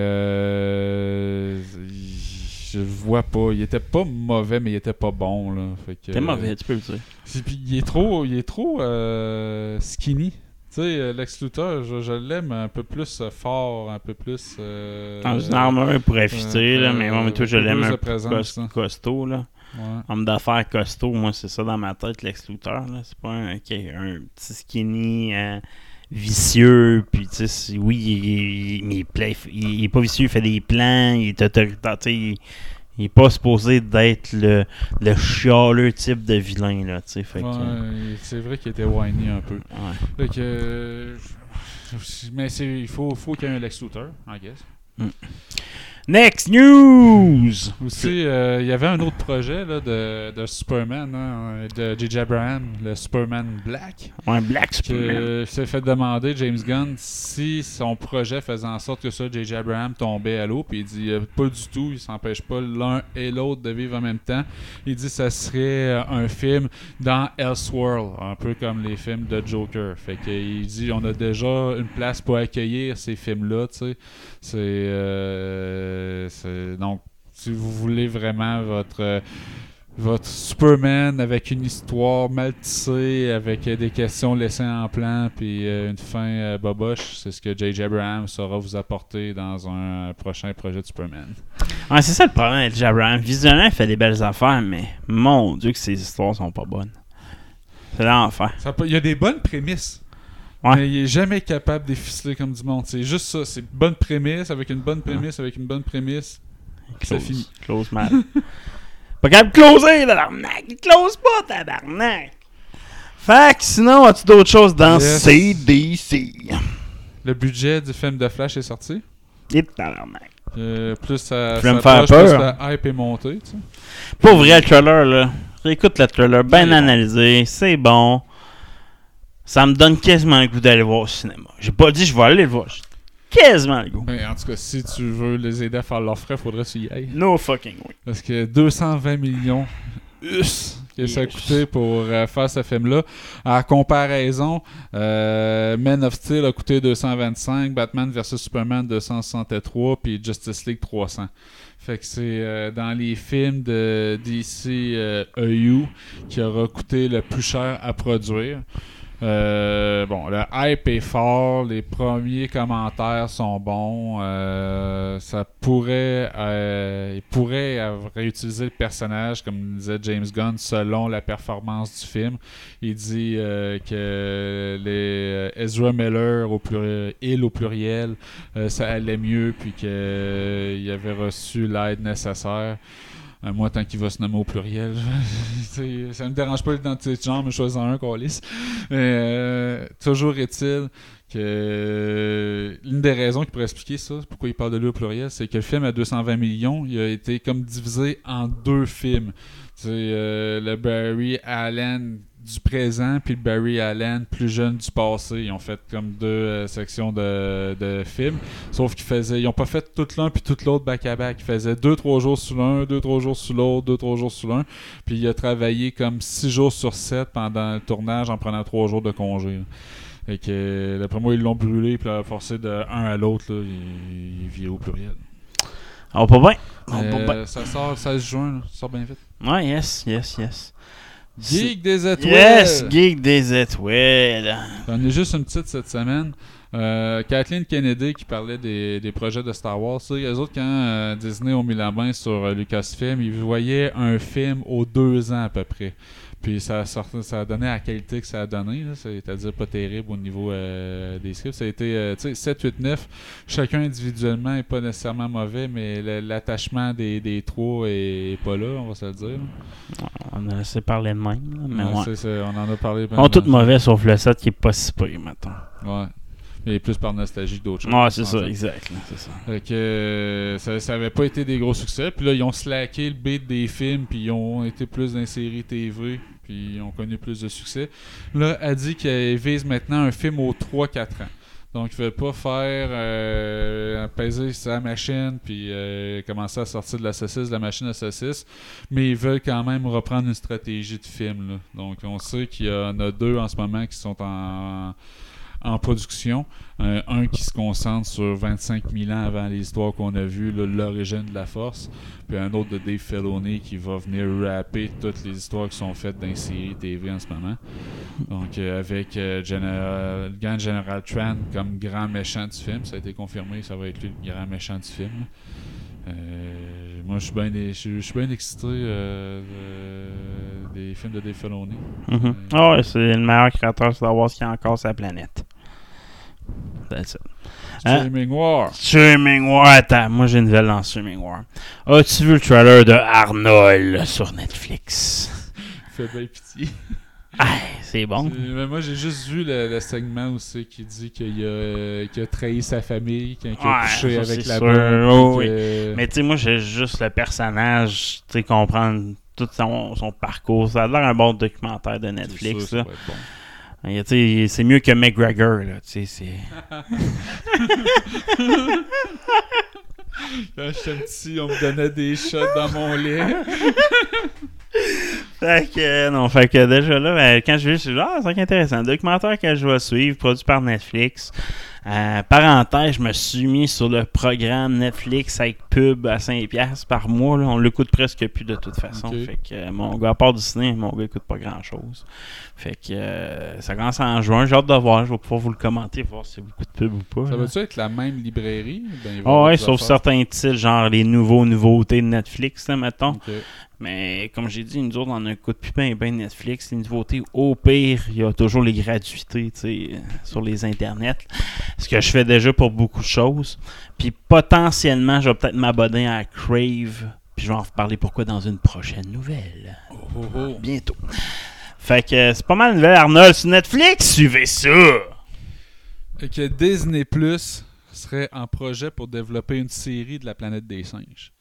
je vois pas. Il était pas mauvais, mais il était pas bon. Là. T'es mauvais, tu peux le dire. Puis il est trop skinny. Tu sais, Lex Luthor, je l'aime un peu plus fort, un peu plus... dans une armure pour affûter, là, mais moi, toi, je l'aime un peu costaud, là. Ouais. Homme d'affaires costaud, moi, c'est ça dans ma tête, Lex Luthor, là. C'est pas un petit skinny vicieux, puis tu sais, oui, il est pas vicieux, il fait des plans, il est autoritaire, tu sais, il est pas supposé d'être le chialeux type de vilain, là, tu sais. C'est vrai qu'il était whiny un peu. Ouais. Fait que... mais il faut qu'il y ait un Lex Luthor, I guess. Next news! Aussi, il y avait un autre projet là, de Superman, hein, de J.J. Abrams, le Superman Black. Ouais, Black Superman. Qui s'est fait demander, James Gunn, si son projet faisait en sorte que ça, J.J. Abrams tombait à l'eau. Puis il dit pas du tout, il s'empêche pas l'un et l'autre de vivre en même temps. Il dit que ça serait un film dans Elseworld, un peu comme les films de Joker. Fait qu'il dit on a déjà une place pour accueillir ces films-là, tu sais. Donc, si vous voulez vraiment votre Superman avec une histoire mal tissée, avec des questions laissées en plan, puis une fin boboche, c'est ce que J.J. Abrams saura vous apporter dans un prochain projet de Superman. Ouais, c'est ça le problème avec J.J. Abrams. Visuellement, il fait des belles affaires, mais mon Dieu que ses histoires sont pas bonnes. C'est l'enfer. Il y a des bonnes prémices. Ouais. Mais il est jamais capable d'efficeler comme du monde. C'est juste ça. C'est une bonne prémisse, avec une bonne prémisse, avec une bonne prémisse. Ça finit. Close mal. Pas capable de closer, tabarnak. Il close pas, tabarnak. Fait que sinon, as-tu d'autres choses dans CDC? Le budget du film de Flash est sorti. Et tabarnak. Plus ça Je vais me faire peur. Plus la hype est montée. Tu sais. Pas vrai, le trailer, là. Réécoute le trailer, bien analysé, c'est bon. Ça me donne quasiment le goût d'aller voir au cinéma. J'ai pas dit je vais aller le voir. J'ai quasiment le goût. Mais en tout cas, si tu veux les aider à faire leurs frais, faudrait que tu y ailles. No fucking way. Parce que 220 millions que ça a coûté pour faire ce film-là. À comparaison, Man of Steel a coûté 225, Batman vs Superman 263, puis Justice League 300. Fait que c'est dans les films de DC EU qui aura coûté le plus cher à produire. Le hype est fort, les premiers commentaires sont bons. Il pourrait réutiliser le personnage, comme disait James Gunn, selon la performance du film. Il dit que les Ezra Miller au pluriel, ça allait mieux, puis qu'il avait reçu l'aide nécessaire. Moi, tant qu'il va se nommer au pluriel, ça me dérange pas l'identité de genre, mais choisir un qu'on lisse. Toujours est-il que l'une des raisons qui pourrait expliquer ça, pourquoi il parle de lui au pluriel, c'est que le film à 220 millions, il a été comme divisé en 2 films. Le Barry Allen du présent puis le Barry Allen plus jeune du passé. Ils ont fait comme 2 sections de films, sauf qu'ils n'ont pas fait tout l'un puis tout l'autre back-à-back. Ils faisaient 2-3 jours sur l'un, 2-3 jours sur l'autre, 2-3 jours sur l'un, puis il a travaillé comme 6 jours sur 7 pendant le tournage en prenant 3 jours de congé. Et que d'après moi ils l'ont brûlé puis l'ont forcé de un à l'autre, là, il vit au pluriel. On pas bien. Ça sort le 16 juin, là. Ça sort bien vite. Ouais, yes. Geek des étoiles! Yes, Geek des étoiles! J'en ai juste une petite cette semaine. Kathleen Kennedy qui parlait des projets de Star Wars. Eux autres, quand Disney ont mis la main sur Lucasfilm, ils voyaient un film aux 2 ans à peu près. Puis ça a donné la qualité que ça a donné, là, c'est-à-dire pas terrible au niveau des scripts. Ça a été 7, 8, 9. Chacun individuellement n'est pas nécessairement mauvais, mais l'attachement des 3 est pas là, on va se le dire. On a assez parlé de même. Là, mais ouais. On en a parlé. Ils sont tous mauvais sauf le 7 qui est pas si pire, mettons. Ouais. Mais plus par nostalgie que d'autres choses. Ouais, c'est ça, exact. Là, c'est ça. Fait que ça avait pas été des gros succès. Puis là, ils ont slacké le beat des films, puis ils ont été plus dans les séries TV, puis ils ont connu plus de succès. Là, elle dit qu'elle vise maintenant un film aux 3-4 ans. Donc, ils ne veulent pas faire peser sa machine puis commencer à sortir de la machine à saucisse, mais ils veulent quand même reprendre une stratégie de film. Là. Donc, on sait qu'il y en a 2 en ce moment qui sont en production. Un qui se concentre sur 25 000 ans avant l'histoire qu'on a vue, l'origine de la Force. Puis un autre de Dave Filoni qui va venir rapper toutes les histoires qui sont faites dans les séries TV en ce moment. Donc avec General Tran comme grand méchant du film. Ça a été confirmé, ça va être lui le grand méchant du film. Moi je suis bien excité des films de Dave Filoni. Ouais, c'est le meilleur créateur Star Wars qui a encore sa planète. That's it. Streaming War. Streaming War. Attends, moi j'ai une nouvelle dans Streaming War. As-tu vu le trailer de Arnold sur Netflix? Fais bien pitié. C'est bon. Mais moi j'ai juste vu le segment où c'est qui dit qu'il a trahi sa famille, qu'il a couché avec la bombe. Oui. Mais tu sais, moi j'ai juste le personnage, tu sais, comprendre tout son parcours. Ça a l'air un bon documentaire de Netflix. Ça va être bon. C'est mieux que McGregor, là. C'est... Quand j'étais petit, on me donnait des shots dans mon lait. Fait que déjà là, quand je vais, je suis c'est intéressant. Documentaire que je vais suivre, produit par Netflix. Parenthèse, je me suis mis sur le programme Netflix avec pub à 5$ par mois. Là. On l'écoute presque plus de toute façon. Okay. Fait que mon gars, à part du ciné, mon gars écoute pas grand chose. Fait que ça commence en juin. J'ai hâte de voir. Je vais pouvoir vous le commenter, voir si c'est beaucoup de pub ou pas. Ça va-tu être la même librairie? Ouais, sauf certains titres, genre les nouveautés de Netflix, là, mettons. Okay. Mais comme j'ai dit, nous autres, on a un coup de pupin ben Netflix. Les nouveautés, au pire, il y a toujours les gratuités sur les internets. Ce que je fais déjà pour beaucoup de choses. Puis potentiellement, je vais peut-être m'abonner à Crave. Puis je vais en reparler pourquoi dans une prochaine nouvelle. Bientôt. Fait que c'est pas mal de nouvelle Arnold sur Netflix. Suivez ça! Et que Disney Plus serait en projet pour développer une série de la planète des singes.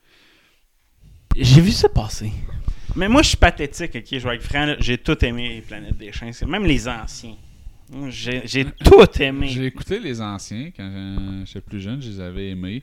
J'ai vu ça passer. Mais moi, je suis pathétique, ok? Je vais être franc, là, j'ai tout aimé les planètes des singes. Même les anciens. J'ai tout aimé. J'ai écouté les anciens quand j'étais plus jeune, je les avais aimés.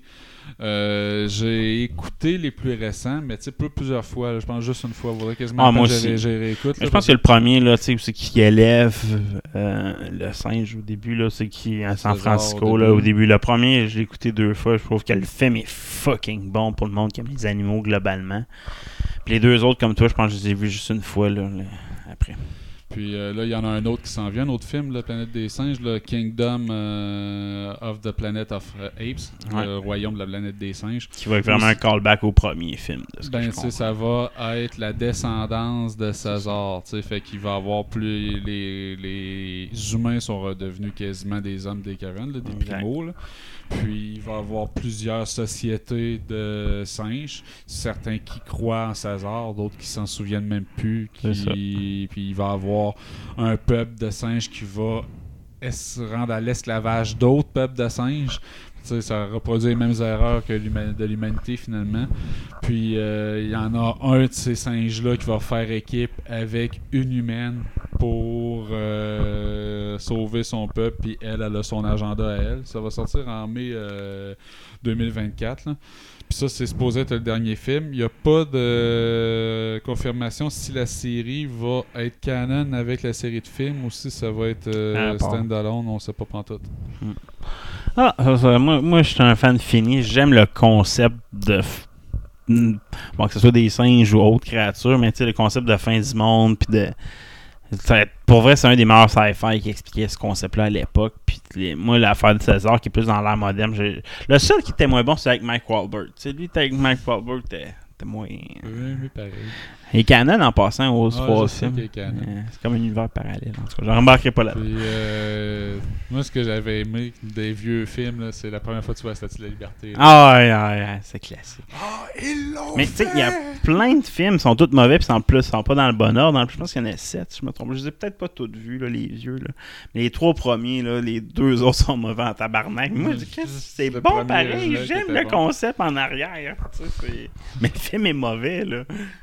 J'ai écouté les plus récents, mais tu sais, plusieurs fois. Là, je pense juste une fois. Faudrait quasiment moi que aussi. j'ai réécoute. Je pense que le premier, là, tu sais, c'est qui élève le singe au début, là, c'est qui à San Francisco, là, au début. Le premier, je l'ai écouté 2 fois. Je trouve que le film est fucking bon pour le monde qui aime les animaux globalement. Puis les 2 autres, comme toi, je pense que je les ai vus juste une fois, là après. Puis là, il y en a un autre qui s'en vient, un autre film, La Planète des Singes, le Kingdom of the Planet of Apes, le Royaume de la Planète des Singes. Qui va être vraiment un callback au premier film. De ce que je comprends. Ça va être la descendance de César, tu sais, fait qu'il va avoir plus... Les humains sont redevenus quasiment des hommes des cavernes, là, des primos, là. Puis il va y avoir plusieurs sociétés de singes, certains qui croient en César, d'autres qui s'en souviennent même plus. Puis il va y avoir un peuple de singes qui va se rendre à l'esclavage d'autres peuples de singes. T'sais, ça reproduit les mêmes erreurs que de l'humanité finalement. Puis il y en a un de ces singes-là qui va faire équipe avec une humaine pour sauver son peuple, puis elle a son agenda à elle. Ça va sortir en mai 2024. Là. Puis ça, c'est supposé être le dernier film. Il n'y a pas de confirmation si la série va être canon avec la série de films ou si ça va être stand-alone. On ne sait pas pantoute. Moi, je suis un fan fini. J'aime le concept de... Bon, que ce soit des singes ou autres créatures, mais tu sais, le concept de fin du monde, puis de... Pour vrai, c'est un des meilleurs sci-fi qui expliquait ce concept-là à l'époque. Puis moi, l'affaire de César, qui est plus dans l'ère moderne, le seul qui était moins bon, c'est avec Mike Wahlberg. Tu sais, lui, avec Mike Wahlberg, t'es moins... Oui, pareil. Et canon en passant aux 3 films. C'est comme un univers parallèle. En tout cas, j'en remarquerai pas là-dedans. Moi, ce que j'avais aimé des vieux films, là, c'est la première fois que tu vois la Statue de la Liberté. Ouais, c'est classique. Ils l'ont Mais tu sais, il y a plein de films qui sont tous mauvais, puis en plus, ils sont pas dans le bon ordre. Je pense qu'il y en a 7, si je me trompe. Je les ai peut-être pas tous vus, là, les vieux. Là. Mais les 3 premiers, là, les 2 autres sont mauvais en tabarnak. Moi, je dis que c'est bon pareil. J'aime le concept en arrière. Mais le film est mauvais, là.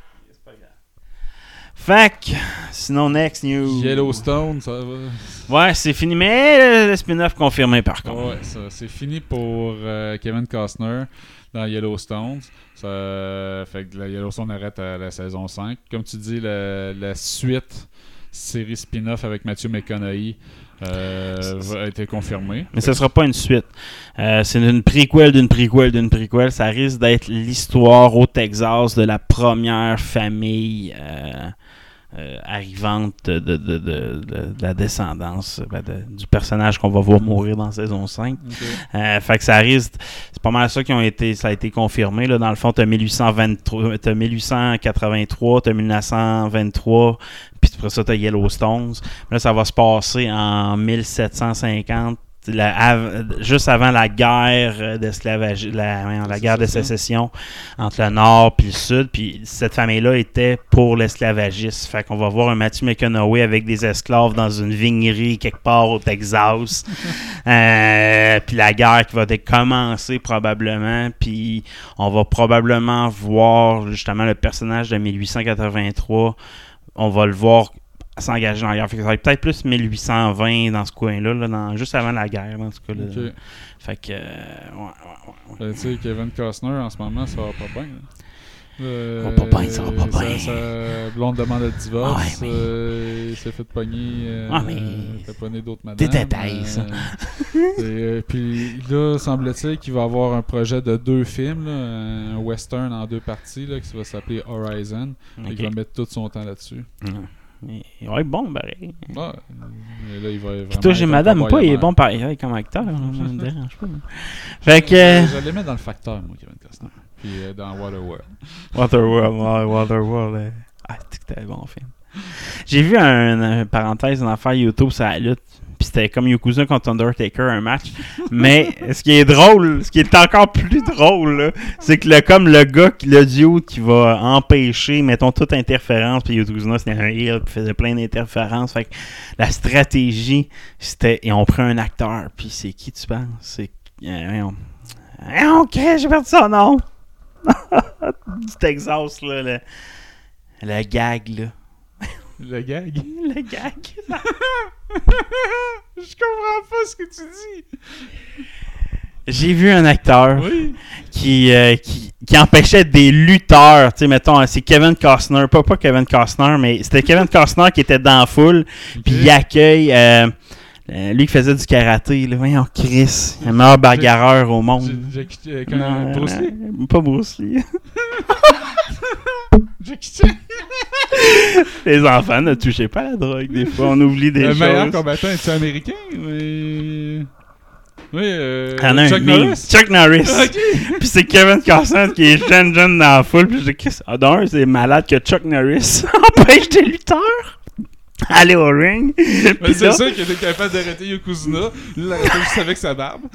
Fac, sinon next news. Yellowstone, ça va. Ouais, c'est fini, mais le spin-off confirmé par contre. Ouais, ça, c'est fini pour Kevin Costner dans Yellowstone. Ça fait que la Yellowstone arrête à la saison 5. Comme tu dis, la suite série spin-off avec Matthew McConaughey a été confirmée. Mais ce sera pas une suite. C'est une prequel d'une prequel d'une prequel. Ça risque d'être l'histoire au Texas de la première famille arrivante de la descendance du personnage qu'on va voir mourir dans saison 5. Okay. Fait que ça risque... C'est pas mal ça ça a été confirmé. Là. Dans le fond, t'as 1823, t'as 1883, t'as 1923, puis après ça, t'as Yellowstone. Là, ça va se passer en 1750. Juste avant la guerre d'esclavage, la guerre de sécession entre le Nord et le Sud, puis cette famille-là était pour l'esclavagisme. Fait qu'on va voir un Matthew McConaughey avec des esclaves dans une vignerie quelque part au Texas. Puis la guerre qui va commencer probablement, puis on va probablement voir justement le personnage de 1883. On va le voir s'engager dans la guerre. Fait que ça va être peut-être plus 1820 dans ce coin-là, juste avant la guerre, dans ce cas-là. Okay. Fait que, Tu sais, Kevin Costner, en ce moment, ça va pas bien. Ça va pas bien. Sa blonde demande le divorce. Il s'est fait pogner. Il a pogné d'autres madames. Des détails, ça. Puis là, semble-t-il qu'il va avoir un projet de 2 films, là, un western en 2 parties, là, qui va s'appeler Horizon. Okay. Il va mettre tout son temps là-dessus. Il va être bon, pareil. Ouais. Là, il va vraiment. Puis toi, j'ai madame pas, il est bon pareil comme acteur. Ça me dérange pas. Fait que. Je l'aimais dans le facteur, moi, Kevin Costner. Puis dans Waterworld. Waterworld. C'était un bon film. J'ai vu une parenthèse, une affaire YouTube sur la lutte. Puis c'était comme Yokozuna contre Undertaker, un match. Mais ce qui est drôle, ce qui est encore plus drôle, là, c'est que le gars, le duo qui va empêcher, mettons, toute interférence, puis Yokozuna c'était un heel, puis faisait plein d'interférences. Fait que la stratégie, c'était, ils ont pris un acteur. Puis c'est qui tu penses? C'est... ok, j'ai perdu son nom. Du Texas, là, le gag, là. Le gag? Le gag. Je comprends pas ce que tu dis. J'ai vu un acteur qui empêchait des lutteurs. Tu sais, mettons, c'est Kevin Costner. Pas Kevin Costner, mais c'était Kevin Costner qui était dans la foule. Puis il accueille... lui qui faisait du karaté. Là. Voyons, Chris. Le meilleur bagarreur au monde. Bruce Lee? Pas Bruce Lee. Jackie Chan. Les enfants ne touchez pas à la drogue. Des fois, on oublie des choses. Le meilleur combattant, est-tu américain? Oui, Chuck Norris. Chuck Norris. Okay. Puis c'est Kevin Costner qui est jeune dans la foule. Puis je dis, d'un, c'est malade que Chuck Norris empêche des lutteurs aller au ring. Mais c'est sûr qu'il était capable d'arrêter Yokozuna. Il l'arrêtait juste avec sa barbe.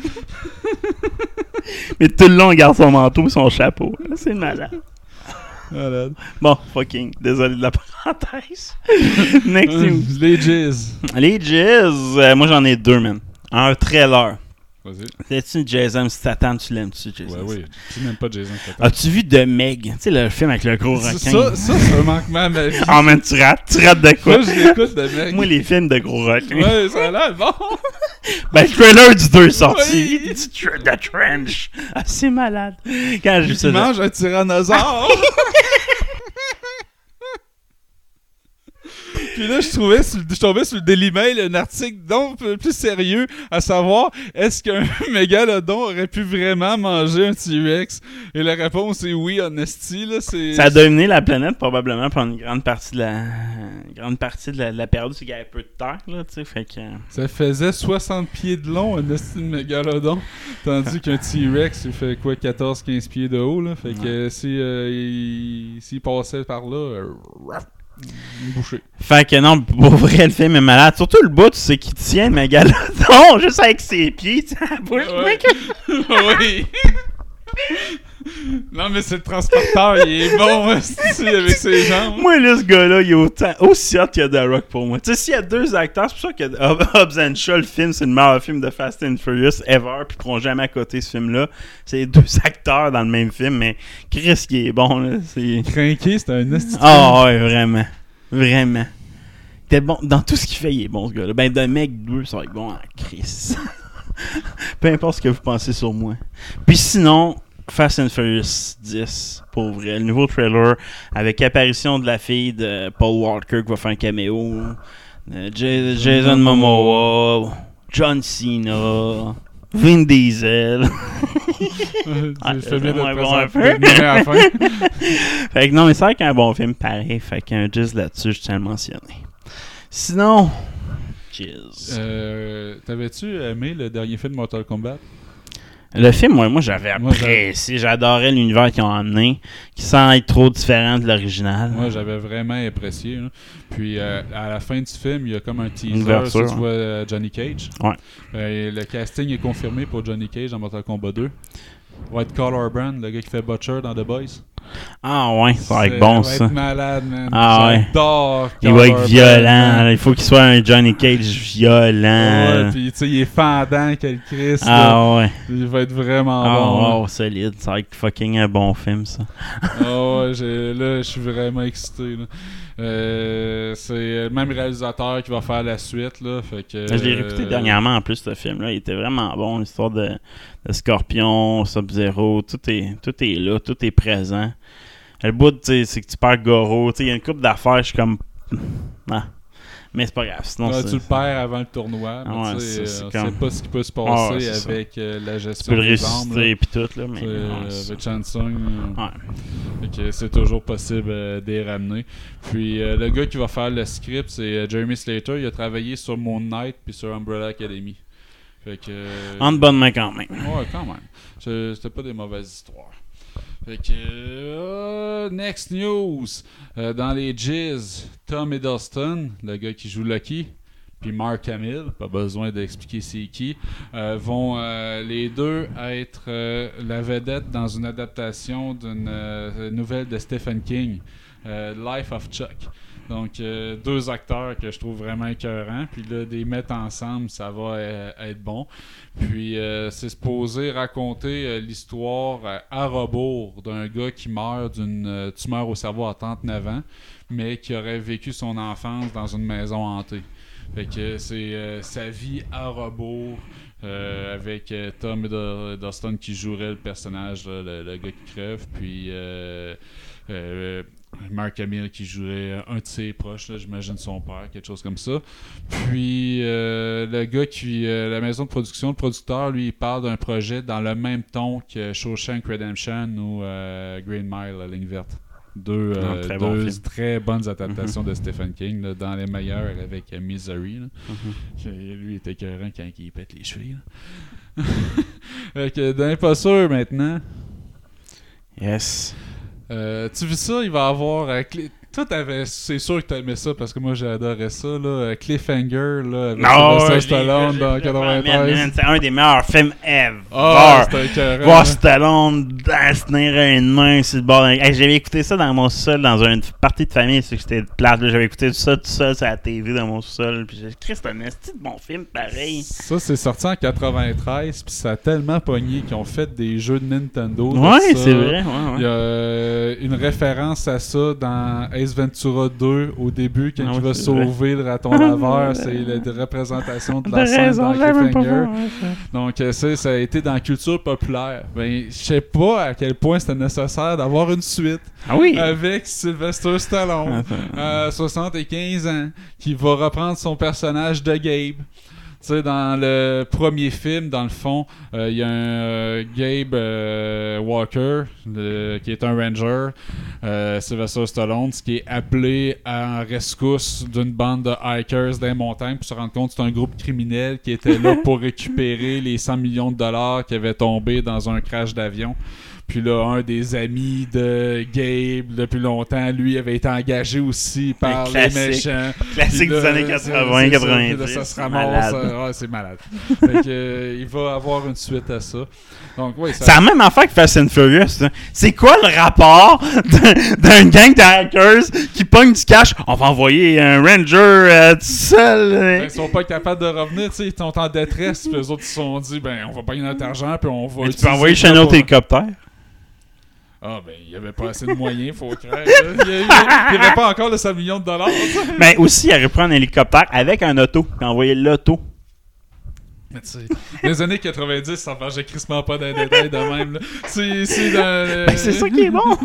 Mais tout le long, il garde son manteau et son chapeau. C'est malade. Malade. Bon, fucking. Désolé de la parenthèse. Next les Jizz. Les Jizz. Moi, j'en ai deux, man. Un trailer. Vas-y. C'est-tu Jason Statham? Tu l'aimes-tu, Jason? Oui. Tu n'aimes pas Jason Statham. As-tu vu The Meg? Tu sais, le film avec le gros requin? Ça, c'est un manquement à ma vie. Ah, man, tu rates de quoi? Moi, je l'écoute, The Meg. Moi, les films de gros requins. Ouais, ça a l'air bon. Ben, le trailer du 2 est sorti. Oui. The Trench. Ah, c'est malade. Quand j'ai vu ça. Tu manges un tyrannosaure. Puis là, je tombais sur le Daily Mail, un article donc plus sérieux, à savoir, est-ce qu'un mégalodon aurait pu vraiment manger un T-Rex? Et la réponse est oui, honesty. Là, ça a dominé la planète probablement pendant une grande partie de la période, c'est qu'il y avait peu de terre, là, tu sais, fait que... Ça faisait 60 pieds de long, un esti de mégalodon, tandis qu'un T-Rex, il fait quoi, 14-15 pieds de haut, là, fait que s'il passait par là... bouché. Fait que non, pour vrai, le film est malade. Surtout le bout, tu sais, qui tient le mégalodon juste avec ses pieds, tu sais, la bouche. Oui. Non, mais c'est le transporteur, il est bon, avec ses jambes. Moi, là, ce gars-là, il est aussi hot qu'il y a The Rock pour moi. Tu sais, s'il y a deux acteurs, c'est pour ça que Hobbs and Shaw, le film, c'est le meilleur film de Fast and Furious ever, puis ils pourront jamais à côté ce film-là. C'est deux acteurs dans le même film, mais Chris qui est bon, là. Crinqué, c'est un esti. Ah ouais, vraiment. Vraiment. Il était bon. Dans tout ce qu'il fait, il est bon, ce gars-là. Ben, The Meg 2, ça va être bon en Chris. Peu importe ce que vous pensez sur moi. Puis sinon... Fast and Furious 10, pour vrai. Le nouveau trailer avec apparition de la fille de Paul Walker qui va faire un caméo. Jason Momoa, John Cena, Vin Diesel. Je fais bien de bon un peu. À la fin. Fait que non, mais c'est vrai qu'un bon film pareil. Fait qu'un Jizz là-dessus, je tiens à le mentionner. Sinon, Jizz. T'avais-tu aimé le dernier film de Mortal Kombat? Le film, moi j'avais apprécié. J'adorais l'univers qu'ils ont amené, qui sans être trop différent de l'original. Moi, j'avais vraiment apprécié. Là. Puis, à la fin du film, il y a comme un teaser si tu vois Johnny Cage. Ouais. Le casting est confirmé pour Johnny Cage dans Mortal Kombat 2. Va être Carl Urban, le gars qui fait Butcher dans The Boys. Ah ouais, ça va être bon, ça. Il va être malade, man. Ah J'adore il va être violent. Man. Il faut qu'il soit un Johnny Cage violent. Ouais, puis tu sais, il est fendant, quel Christ. Ah ouais. Il va être vraiment bon. Oh, solide. Ça va être fucking un bon film, ça. Ah ouais, je suis vraiment excité, là. C'est le même réalisateur qui va faire la suite, là. Fait que, je l'ai réécouté dernièrement en plus, ce film-là. Il était vraiment bon. L'histoire de Scorpion, Sub-Zero, tout est là, tout est présent. Le bout, c'est que tu perds Goro. Il y a une couple d'affaires, je suis comme... Ah. Mais c'est pas grave. Sinon, tu le perds avant le tournoi. Mais ouais, on c'est sait comme... pas ce qui peut se passer avec la gestion des armes. Tu peux le résister et tout. Là, mais avec Chansung. C'est toujours possible d'y ramener. Puis le gars qui va faire le script, c'est Jeremy Slater. Il a travaillé sur Moon Knight puis sur Umbrella Academy. Fait que... En de bonne main quand même. Ouais, quand même. C'était pas des mauvaises histoires. Fait que, next news. Dans les Jizz, Tom Hiddleston, le gars qui joue Lucky, puis Mark Hamill, pas besoin d'expliquer c'est qui, vont les deux être la vedette dans une adaptation d'une nouvelle de Stephen King, Life of Chuck. Donc, deux acteurs que je trouve vraiment écœurants. Puis là, les mettre ensemble, ça va être bon. Puis, c'est supposé raconter l'histoire à rebours d'un gars qui meurt d'une tumeur au cerveau à 39 ans, mais qui aurait vécu son enfance dans une maison hantée. Fait que c'est sa vie à rebours avec Tom Hiddleston qui jouerait le personnage, là, le gars qui crève. Puis... Mark Hamill qui jouerait un de ses proches, là, j'imagine son père, quelque chose comme ça. Puis le gars qui la maison de production, le producteur, lui, il parle d'un projet dans le même ton que Shawshank Redemption ou Green Mile, la ligne verte. Deux très bonnes adaptations de Stephen King, là, dans les meilleures avec Misery. Lui était écœurant quand il pète les cheveux. Fait que d'un pas sûr maintenant. Yes. Tu vis ça, il va avoir... Toi, c'est sûr que t'as aimé ça, parce que moi, j'ai adoré ça, là. Cliffhanger, là, avec Sylvester Stallone dans 93. C'est un des meilleurs films ever. C'était écœurant. Voir Stallone se tenir une main sur le bord d'un... Hey, j'avais écouté ça dans mon sous-sol, dans une partie de famille, c'est que j'étais de place. J'avais écouté ça tout seul sur la TV dans mon sous-sol. Puis j'ai dit, Christ, c'est un esti de bon film, pareil. Ça, c'est sorti en 93, puis ça a tellement pogné qu'ils ont fait des jeux de Nintendo. Ouais, c'est vrai. Ouais. Il y a une référence à ça dans Ace Ventura 2 au début, quand il va sauver le raton laveur. C'est la représentation de la scène dans Cliffhanger. Donc, ça a été dans la culture populaire. Ben, je sais pas à quel point c'était nécessaire d'avoir une suite avec Sylvester Stallone, 75 ans, qui va reprendre son personnage de Gabe. Tu sais, dans le premier film, dans le fond, il y a un Gabe Walker, qui est un ranger, Sylvester Stallone, qui est appelé en rescousse d'une bande de hikers dans les montagnes pour se rendre compte que c'est un groupe criminel qui était là pour récupérer les 100 millions de dollars qui avaient tombé dans un crash d'avion. Puis là, un des amis de Gabe, depuis longtemps, lui, avait été engagé aussi par les méchants. Classique des années 80, 90. Ça se ramasse. C'est malade. Fait que, il va avoir une suite à ça. Donc, oui, c'est la même affaire que Fast and Furious. Hein. C'est quoi le rapport d'un gang de hackers qui pogne du cash? On va envoyer un ranger tout seul. Ils sont pas capables de revenir. Ils sont en détresse. Puis les autres, ils se sont dit, ben, on va pogner notre argent. Puis on va. Mais tu peux envoyer chez un autre hélicoptère. Ah, ben, il n'y avait pas assez de moyens, faut croire. Il n'y avait pas encore de 100 millions de dollars. Mais aussi, il aurait pris un hélicoptère avec un auto, puis envoyer l'auto. Mais tu sais, les années 90, ça ne marchait crissement pas d'un détail de même. Là. C'est dans... Ben, c'est ça qui est bon.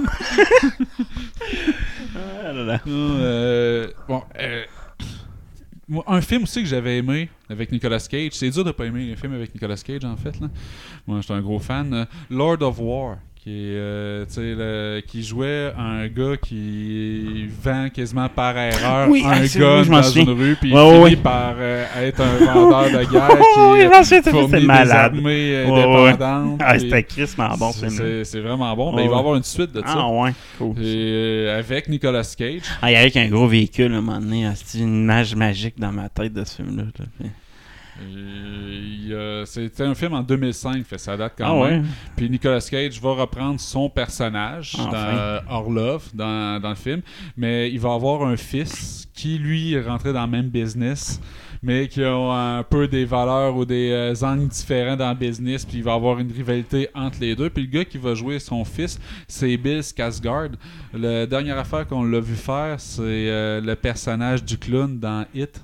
Un film aussi que j'avais aimé avec Nicolas Cage, c'est dur de pas aimer les films avec Nicolas Cage en fait. Là. Moi, j'étais un gros fan. Lord of War. Qui jouait un gars qui vend quasiment par erreur un gun dans une rue, puis il finit par être un vendeur de guerre qui fournit des armées indépendantes. C'était crissement bon. C'est vraiment bon. Mais il va y avoir une suite de ça. Ah ouais, cool. Et avec Nicolas Cage. Il y avait un gros véhicule à un moment donné. C'était une image magique dans ma tête de ce film-là. C'était un film en 2005, ça date quand même. Puis Nicolas Cage va reprendre son personnage dans Orlov dans le film, mais il va avoir un fils qui lui est rentré dans le même business, mais qui a un peu des valeurs ou des angles différents dans le business, puis il va avoir une rivalité entre les deux. Puis le gars qui va jouer son fils, c'est Bill Skarsgård. La dernière affaire qu'on l'a vu faire, c'est le personnage du clown dans It.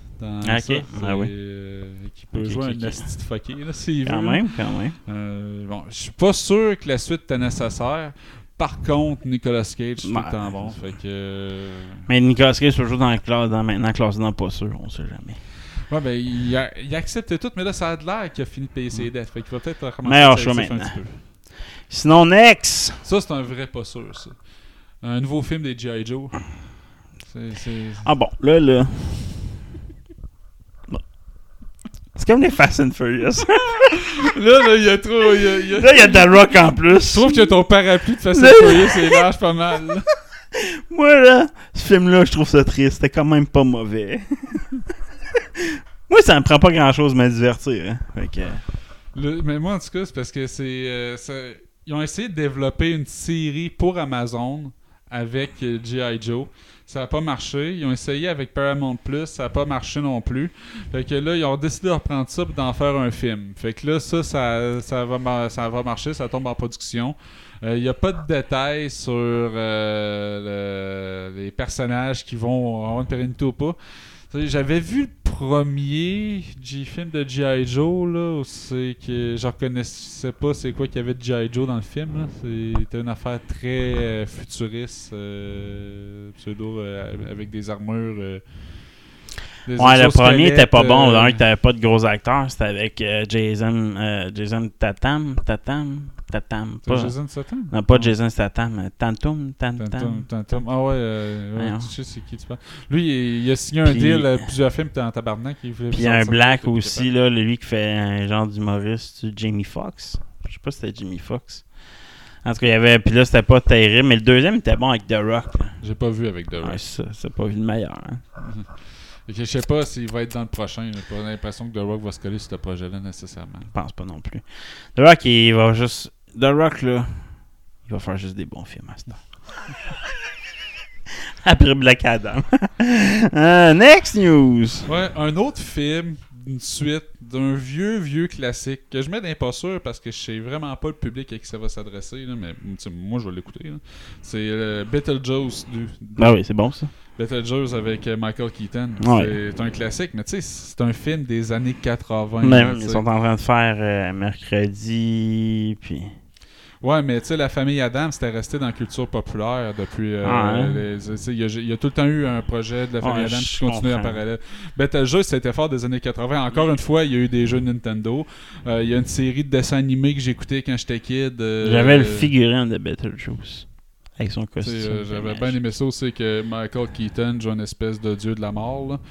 Qui peut jouer un asti de fucké, là, s'il veut. Quand même. Bon, je suis pas sûr que la suite était nécessaire. Par contre, Nicolas Cage, c'est tout le temps bon. Fait que... Mais Nicolas Cage peut jouer dans la classe, maintenant classé dans pas sûr, on sait jamais. Ouais, ben, il accepte tout, mais là, ça a de l'air qu'il a fini de payer ses dettes. Fait qu'il va peut-être recommencer meilleur choix maintenant. Un petit peu. Sinon, next! Ça, c'est un vrai pas sûr, ça. Un nouveau film des G.I. Joe. Ah bon, là... comme les Fast and Furious. Là, il y a trop... Là, il y a The Rock en plus. Je trouve que ton parapluie de Fast and Furious, c'est large pas mal. Là. Moi, là, ce film-là, je trouve ça triste. C'était quand même pas mauvais. Moi, ça me prend pas grand-chose de me divertir. Hein. Fait que... Mais moi, en tout cas, c'est parce que ils ont essayé de développer une série pour Amazon avec G.I. Joe. Ça n'a pas marché. Ils ont essayé avec Paramount+, ça n'a pas marché non plus. Fait que là, ils ont décidé de reprendre ça et d'en faire un film. Fait que là, ça va marcher, ça tombe en production. Il n'y a pas de détails sur les personnages qui vont avoir une pérennité ou pas. J'avais vu le premier film de G.I. Joe, là, où c'est que je reconnaissais pas c'est quoi qu'il y avait de G.I. Joe dans le film. Là. C'était une affaire très futuriste, pseudo, avec des armures. Ouais, le premier était pas bon. L'un qui t'avait pas de gros acteurs, c'était avec Jason Tatum. Pas, Jason Statham? Non, pas Jason Statham. Tantum. Ah ouais, tu sais c'est qui tu parles. Lui, il a signé un deal à plusieurs films en tabarnak. Puis il y a un Black aussi, là, lui qui fait un genre d'humoriste, Jamie Foxx. Je sais pas si c'était Jamie Foxx. En tout cas, il y avait. Puis là, c'était pas terrible. Mais le deuxième était bon avec The Rock. Là. J'ai pas vu avec The Rock. Ouais, c'est pas vu le meilleur. Hein. Je sais pas s'il va être dans le prochain. J'ai pas l'impression que The Rock va se coller sur ce projet-là nécessairement. Je pense pas non plus. The Rock, il va juste. The Rock, là, il va faire juste des bons films à ce temps. Après Black Adam. Next news. Ouais, un autre film, une suite d'un vieux classique que je mets dans pas sûr parce que je sais vraiment pas le public à qui ça va s'adresser, là, mais moi je vais l'écouter. Là. C'est Beetlejuice 2. Ah oui, c'est bon ça. Beetlejuice avec Michael Keaton. Ouais. C'est un classique, mais tu sais, c'est un film des années 80. Même, ils sont en train de faire mercredi, puis... Ouais, mais tu sais, la famille Adam, c'était resté dans la culture populaire depuis... il y a tout le temps eu un projet de la famille Adam qui continue en parallèle. Beetlejuice, c'était fort des années 80. Encore une fois, il y a eu des jeux Nintendo. Il y a une série de dessins animés que j'écoutais quand j'étais kid. J'avais le figurine de Beetlejuice. Avec son costume. J'avais bien aimé ça aussi que Michael Keaton joue une espèce de dieu de la mort. Là.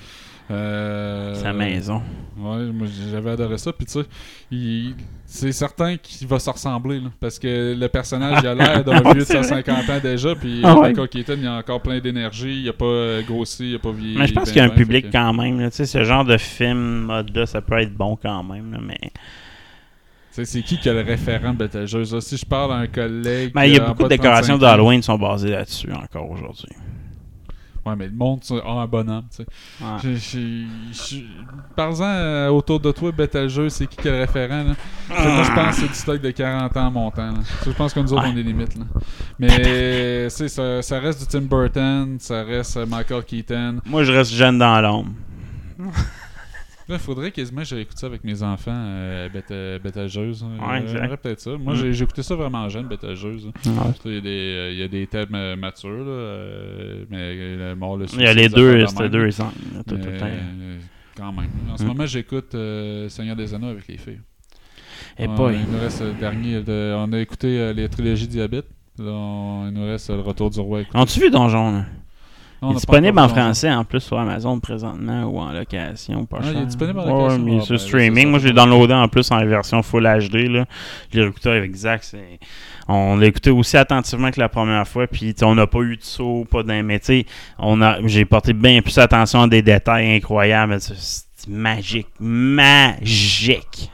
Sa maison. Ouais, moi j'avais adoré ça. Puis tu sais, c'est certain qu'il va se ressembler. Là, parce que le personnage il a l'air d'un vieux de 150 ans déjà. Puis Michael Keaton il a encore plein d'énergie. Il a pas grossi, il a pas vieilli. Mais je pense qu'il y a un public quand même. Là, ce genre de film mode-là, ça peut être bon quand même. Là, mais. C'est qui a le référent de Beetlejuice? Si je parle à un collègue... Il y a beaucoup de décorations d'Halloween qui sont basées là-dessus encore aujourd'hui. Ouais, mais le monde a un bonhomme, tu sais. Ouais. Parle-en autour de toi, Beetlejuice, c'est qui a le référent, là? Moi, je pense que c'est du stock de 40 ans montant, là. Je pense que nous autres, on est limite, là. Mais, ça reste du Tim Burton, ça reste Michael Keaton. Moi, je reste jeune dans l'ombre. Il faudrait quasiment que j'écoute ça avec mes enfants, Beetlejuice. Ouais, exact. Peut-être ça. Moi, j'ai écouté ça vraiment jeune, Beetlejuice. Il y a des thèmes matures, là, mais le mort, le suicide. Il y a les deux, c'était deux et cinq. Quand même. En ce moment, j'écoute Seigneur des Anneaux avec les filles. Et pas. Il nous reste le dernier. On a écouté les trilogies Diabète. Là, il nous reste le Retour du Roi. As-tu vu Donjon, là? Non, il est disponible en français en plus sur Amazon présentement ou en location, pas cher. Il est disponible en location. Ouais, mais sur streaming. Moi, je l'ai downloadé en plus en version Full HD. Là. Je l'ai écouté avec Zach. On l'a écouté aussi attentivement que la première fois. Puis on n'a pas eu de saut, pas d'un. Mais tu sais, j'ai porté bien plus attention à des détails incroyables. C'est magique. Magique.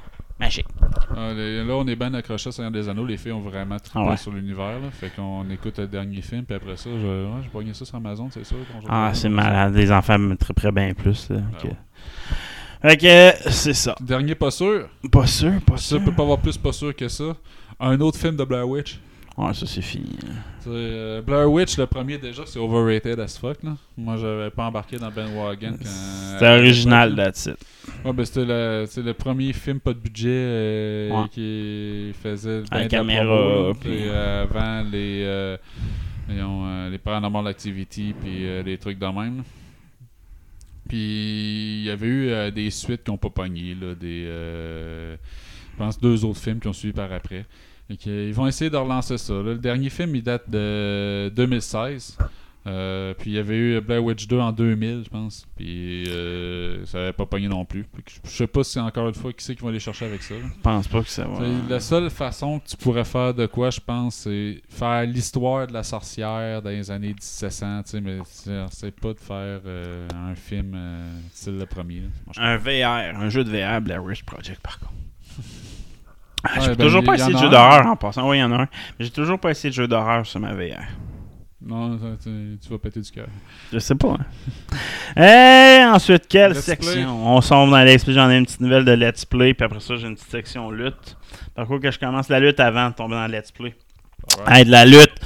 Là, on est bien accrochés à Seigneur des Anneaux. Les filles ont vraiment trippé sur l'univers. Là. Fait qu'on écoute le dernier film, puis après ça, je pognais ça sur Amazon, c'est sûr. C'est malade. Les enfants me tripperaient bien plus. Là, fait que c'est ça. Dernier pas sûr. Pas sûr. Ça peut pas avoir plus pas sûr que ça. Un autre film de Blair Witch. Ouais, ça c'est fini. Blair Witch, le premier déjà, c'est overrated as fuck. Là. Moi, j'avais pas embarqué dans Ben Wagon. C'était original, that's it. Ouais, ben c'était le premier film pas de budget qui faisait la caméra. Puis avant les Paranormal Activity puis les trucs de même. Puis il y avait eu des suites qui n'ont pas pogné. Là, je pense 2 autres films qui ont suivi par après. Et ils vont essayer de relancer ça. Là. Le dernier film, il date de 2016. Puis il y avait eu Blair Witch 2 en 2000, je pense. Puis ça n'avait pas pogné non plus. Je sais pas si encore une fois qui c'est qui va aller chercher avec ça. Je pense pas que ça va. La seule façon que tu pourrais faire de quoi, je pense, c'est faire l'histoire de la sorcière dans les années 1700. Mais c'est pas de faire un film style le premier. Un VR, un jeu de VR, Blair Witch Project par contre. J'ai Ben, toujours pas y en essayé de a jeu un. d'horreur en passant. Oui, il y en a un. Mais j'ai toujours pas essayé de jeu d'horreur sur ma VR. Non, tu vas péter du cœur. Je sais pas. Et ensuite, quelle Let's section? play. On sombre dans Let's Play. J'en ai une petite nouvelle de Let's Play. Puis après ça, j'ai une petite section lutte. Par contre, que je commence la lutte avant de tomber dans Let's Play. De la lutte.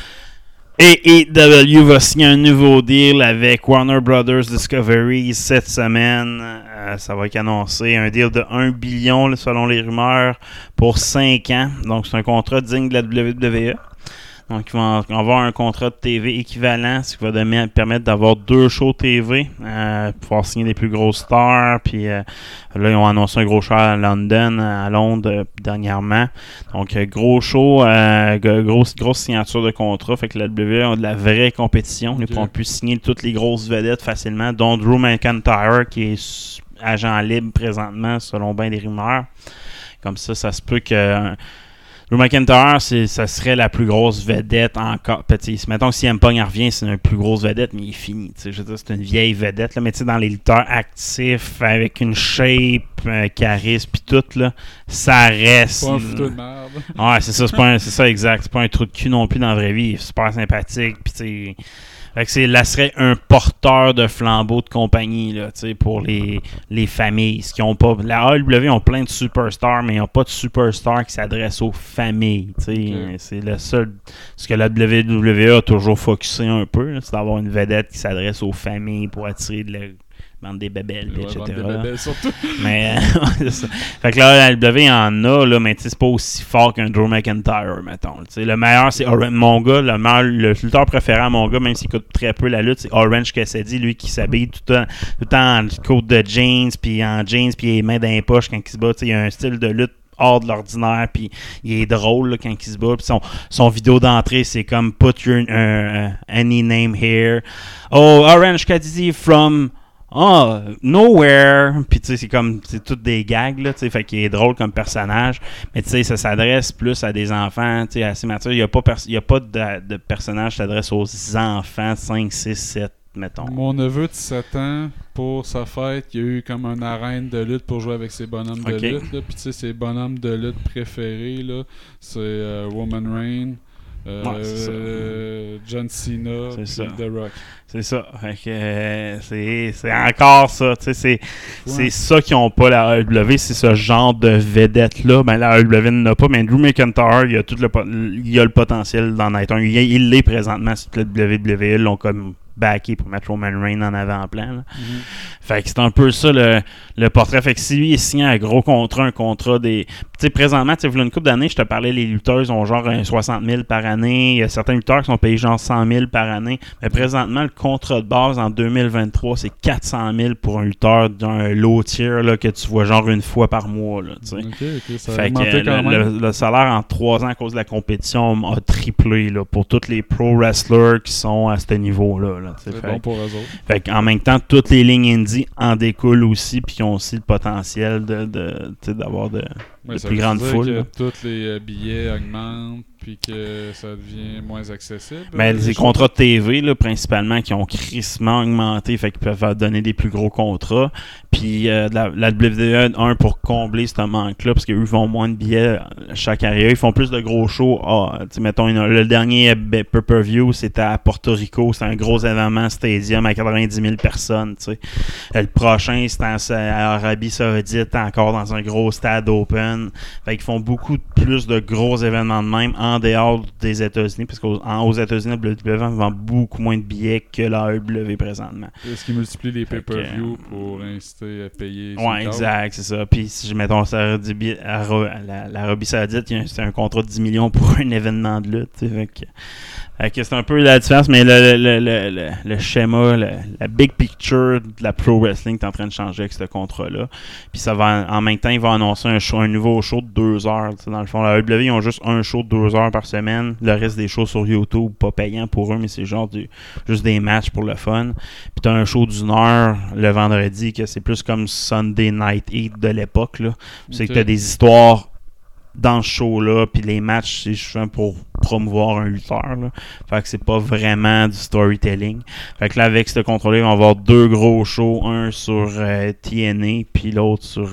AEW va signer un nouveau deal avec Warner Brothers Discovery cette semaine. Ça va être annoncé. Un deal de 1 billion là, selon les rumeurs pour 5 ans. Donc, c'est un contrat digne de la WWE. Donc, ils vont avoir un contrat de TV équivalent, ce qui va permettre d'avoir 2 shows TV, pouvoir signer les plus grosses stars. Puis là, ils ont annoncé un gros show à London, à Londres, dernièrement. Donc, gros show, grosse signature de contrat. Fait que la WWE a de la vraie compétition. Ils pourront plus signer toutes les grosses vedettes facilement, dont Drew McIntyre, qui est agent libre présentement, selon bien des rumeurs. Comme ça se peut que... Drew McIntyre, ça serait la plus grosse vedette encore. Mettons que CM Punk revient, c'est une plus grosse vedette, mais il est fini. Je veux dire, c'est une vieille vedette. Là, mais dans les lutteurs actifs, avec une shape, charisme, puis tout, là, ça reste. Pas un photo de merde. Ouais, c'est ça, c'est ça exact. C'est pas un trou de cul non plus dans la vraie vie. Il est super sympathique. Puis fait que là serait un porteur de flambeau de compagnie là, pour les familles. Ce qui ont pas, la AEW ont plein de superstars, mais ils n'ont pas de superstars qui s'adressent aux familles. Okay. C'est le seul. Ce que la WWE a toujours focusé un peu, là, c'est d'avoir une vedette qui s'adresse aux familles pour attirer de la bande des bébelles, etc. Des bébelles surtout. Mais c'est ça. Fait que là, la WWE en a, là, mais c'est pas aussi fort qu'un Drew McIntyre, mettons. Le meilleur, c'est mon gars, le lutteur préféré à mon gars, même s'il coûte très peu la lutte, c'est Orange Cassidy, lui qui s'habille tout le temps en côte de jeans, puis en jeans, puis les mains dans les poches quand il se bat. Il a un style de lutte hors de l'ordinaire, puis il est drôle là, quand il se bat. Puis son vidéo d'entrée, c'est comme put your any name here. Oh, Orange Cassidy from nowhere. Puis tu sais, c'est toutes des gags là, tu sais, fait qu'il est drôle comme personnage, mais tu sais, ça s'adresse plus à des enfants, tu sais, assez matures. Il y a pas de personnage qui s'adresse aux enfants 5, 6, 7, mettons. Mon neveu de 7 ans, pour sa fête, il y a eu comme une arène de lutte pour jouer avec ses bonhommes de lutte là. Puis tu sais, ses bonhommes de lutte préférés là, c'est Roman Reigns, John Cena, The Rock. C'est ça. Fait que, c'est encore ça. C'est ça qu'ils n'ont pas la AEW, c'est ce genre de vedette-là. Ben, la AEW n'en a pas, mais Drew McIntyre, il a le potentiel d'en être un. Il l'est présentement sur la WWE. Ils l'ont comme backé pour mettre Roman Reigns en avant-plan. Fait que c'est un peu ça le portrait. Fait que si lui est signé un gros contrat, un contrat des... Tu sais, présentement, il y a une couple d'années, je te parlais, les lutteurs ont genre 60 000 par année. Il y a certains lutteurs qui sont payés genre 100 000 par année. Mais présentement, le contrat de base en 2023, c'est 400 000 pour un lutteur d'un low tier là, que tu vois genre une fois par mois. Là, OK, ça a fait augmenté que quand même. le salaire en 3 ans à cause de la compétition a triplé là, pour tous les pro wrestlers qui sont à ce niveau-là. Là, c'est bon pour eux autres. Fait qu'en même temps, toutes les lignes indie en découlent aussi, puis ils ont aussi le potentiel d'avoir de plus grande foule. Que tous les billets augmentent, puis que ça devient moins accessible. Ben, les contrats de TV, là, principalement, qui ont crissement augmenté, fait qu'ils peuvent donner des plus gros contrats. Puis la WWE, pour combler ce manque-là, parce qu'eux font moins de billets chaque année, ils font plus de gros shows. Mettons, le dernier pay-per-view, c'était à Porto Rico, c'était un gros événement stadium à 90 000 personnes. T'sais. Le prochain, c'était en Arabie Saoudite, encore dans un gros stade open. Fait qu'ils font beaucoup plus de gros événements de même en dehors des États-Unis, parce qu'aux États-Unis, la WWE vend beaucoup moins de billets que la AEW présentement. Est-ce qu'ils multiplient les pay-per-view pour inciter à payer? Ouais, exact, c'est ça. Puis si mettons l'Arabie Saoudite, c'est un contrat de 10 millions pour un événement de lutte. Fait que C'est un peu la différence, mais le schéma, la big picture de la pro wrestling est en train de changer avec ce contrat-là. Puis ça va en même temps, ils vont annoncer un nouveau show de 2 heures. Dans le fond, la WWE, ils ont juste un show de 2 heures par semaine. Le reste des shows sur YouTube, pas payant pour eux, mais c'est genre juste des matchs pour le fun. Puis t'as un show d'1 heure le vendredi, que c'est plus comme Sunday Night Heat de l'époque, là. C'est que t'as des histoires dans ce show-là, puis les matchs, c'est juste pour promouvoir un lutteur, là. Fait que c'est pas vraiment du storytelling. Fait que là, avec ce contrôle-là, ils vont avoir 2 gros shows, un sur TNA, puis l'autre sur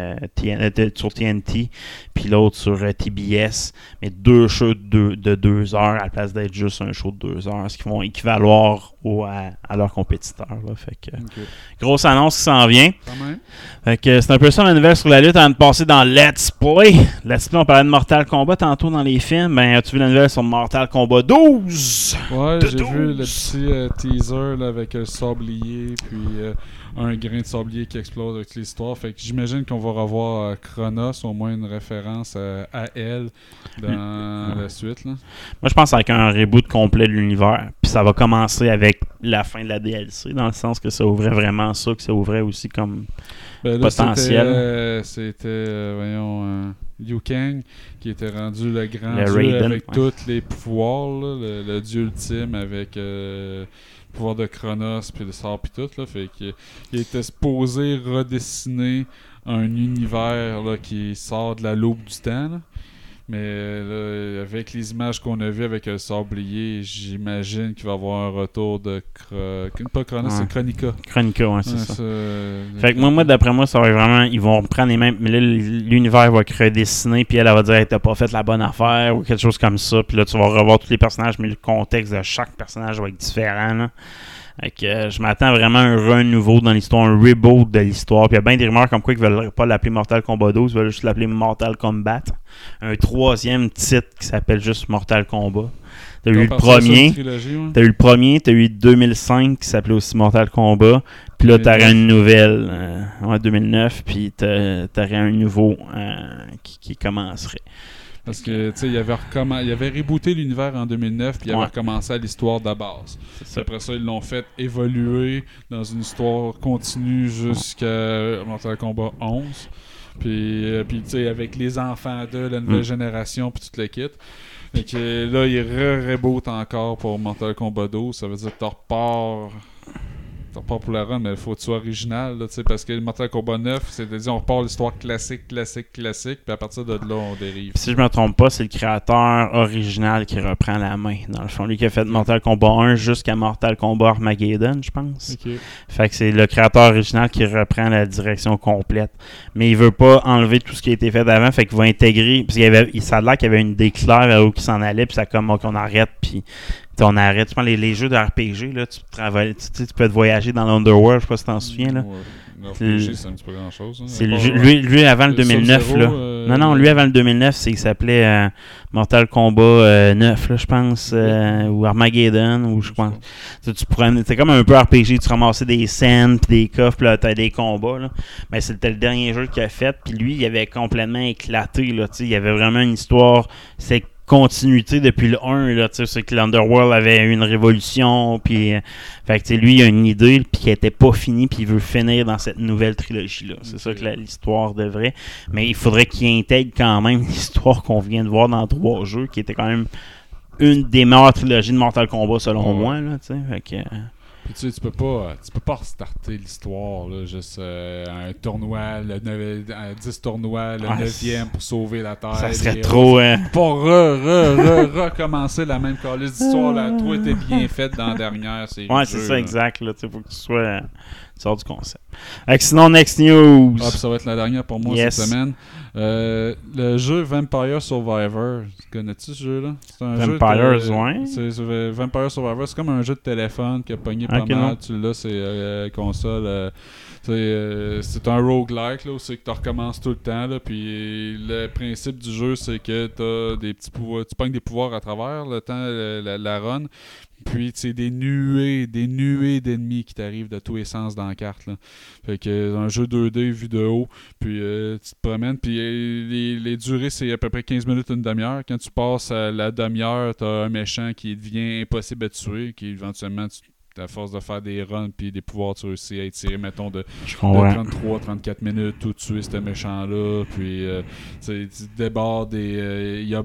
TNT, puis l'autre sur TBS, mais 2 shows de 2 heures à la place d'être juste un show de 2 heures, ce qui vont équivaloir à leurs compétiteurs, là. Fait que grosse annonce qui s'en vient. Fait que c'est un peu ça la nouvelle sur la lutte avant de passer dans Let's Play. Let's Play, on parlait de Mortal Kombat tantôt dans les films. Ben, as-tu vu la nouvelle sur Mortal Kombat 12? Ouais, j'ai vu le petit teaser là, avec le sablier, puis un grain de sablier qui explose avec l'histoire. Fait que j'imagine qu'on va revoir Chronos, au moins une référence à elle dans la suite, là. Moi, je pense avec un reboot complet de l'univers. Puis ça va commencer avec la fin de la DLC, dans le sens que ça ouvrait vraiment ça, que ça ouvrait aussi comme là, potentiel. C'était Liu Kang qui était rendu le grand dieu Raiden, avec tous les pouvoirs, là, le dieu ultime avec le pouvoir de Chronos puis le sort puis tout, là. Fait qu'il était supposé redessiner un univers là, qui sort de la loupe du temps, là. Mais là, avec les images qu'on a vues avec le sablier, j'imagine qu'il va y avoir un retour de pas Chronos, c'est Chronica. Chronica, ouais, c'est ça. Fait que moi, d'après moi, ça va vraiment. Ils vont reprendre les mêmes. Mais là, l'univers va être redessiné, puis elle va dire hey, t'as pas fait la bonne affaire ou quelque chose comme ça. Puis là, tu vas revoir tous les personnages, mais le contexte de chaque personnage va être différent, là. Fait que je m'attends vraiment à un renouveau dans l'histoire, un reboot de l'histoire. Puis il y a bien des rumeurs comme quoi ils veulent pas l'appeler Mortal Kombat 12, ils veulent juste l'appeler Mortal Kombat. Un 3e titre qui s'appelle juste Mortal Kombat. T'as eu le premier, t'as eu 2005 qui s'appelait aussi Mortal Kombat. Puis là, t'aurais une nouvelle, 2009, puis t'aurais un nouveau qui commencerait. Parce que, tu sais, il avait rebooté l'univers en 2009, puis il avait recommencé à l'histoire de la base. Après ça, ils l'ont fait évoluer dans une histoire continue jusqu'à Mortal Kombat 11. Puis tu sais, avec les enfants de la nouvelle génération, puis toute l'équipe. Et que là, il reboot encore pour Mortal Kombat 12. Ça veut dire que tu repars pour la run, mais il faut que tu sois original, là, parce que le Mortal Kombat 9, c'est-à-dire on repart l'histoire classique, puis à partir de là, on dérive. Si je me trompe pas, c'est le créateur original qui reprend la main, dans le fond. Lui qui a fait Mortal Kombat 1 jusqu'à Mortal Kombat Armageddon, je pense. Okay. Fait que c'est le créateur original qui reprend la direction complète. Mais il veut pas enlever tout ce qui a été fait avant, fait qu'il va intégrer, parce ça a l'air qu'il y avait une idée claire vers où il s'en allait, puis ça comme qu'on arrête, puis on arrête. Tu prends les jeux de RPG, là, tu peux te voyager dans l'Underworld, je sais pas si tu t'en souviens, là. RPG, c'est un petit peu grand-chose. Hein. C'est lui avant le 2009, là. Non, lui avant le 2009, il s'appelait Mortal Kombat 9, là, je pense, ou Armageddon, ou je pense. C'est comme un peu RPG, tu ramassais des scènes, puis des coffres, puis là, t'as des combats, là. Mais c'était le dernier jeu qu'il a fait, puis lui, il avait complètement éclaté, là, tu sais. Il y avait vraiment une histoire, c'est continuité depuis le 1, là, tu sais, c'est que l'Underworld avait eu une révolution, puis fait que lui il a une idée puis qui était pas finie, puis il veut finir dans cette nouvelle trilogie là. C'est ça que l'histoire devrait, mais il faudrait qu'il intègre quand même l'histoire qu'on vient de voir dans 3 jeux, qui était quand même une des meilleures trilogies de Mortal Kombat selon moi, là, tu sais. Fait que puis tu sais, tu peux pas restarter l'histoire, là, juste un tournoi, 10 tournois, le 9e pour sauver la Terre. Ça serait trop... Pas recommencer la même calice d'histoire, là. Toi, était bien faite dans la dernière série. Ouais, c'est ça, exact, là. Tu faut que tu sois... Tu sors du concept. Sinon, Next News. Puis ça va être la dernière pour moi cette semaine. Le jeu Vampire Survivor. Connais-tu ce jeu-là? C'est un Vampire, c'est Vampire Survivor. C'est comme un jeu de téléphone qui a pogné pas mal. Non. Tu l'as, c'est console. C'est un roguelike, là, où c'est que tu recommences tout le temps. Là, puis le principe du jeu, c'est que tu as des petits pouvoirs. Tu pognes des pouvoirs à travers le temps, la run. Puis, tu sais, des nuées d'ennemis qui t'arrivent de tous les sens dans la carte, là. Fait que un jeu 2D vu de haut, puis tu te promènes, puis les durées, c'est à peu près 15 minutes, une demi-heure. Quand tu passes à la demi-heure, t'as un méchant qui devient impossible à tuer, qui éventuellement, à force de faire des runs puis des pouvoirs, tu réussis à étirer, mettons, de 33-34 minutes, tout tuer ce méchant-là, puis tu débarres des... Il y a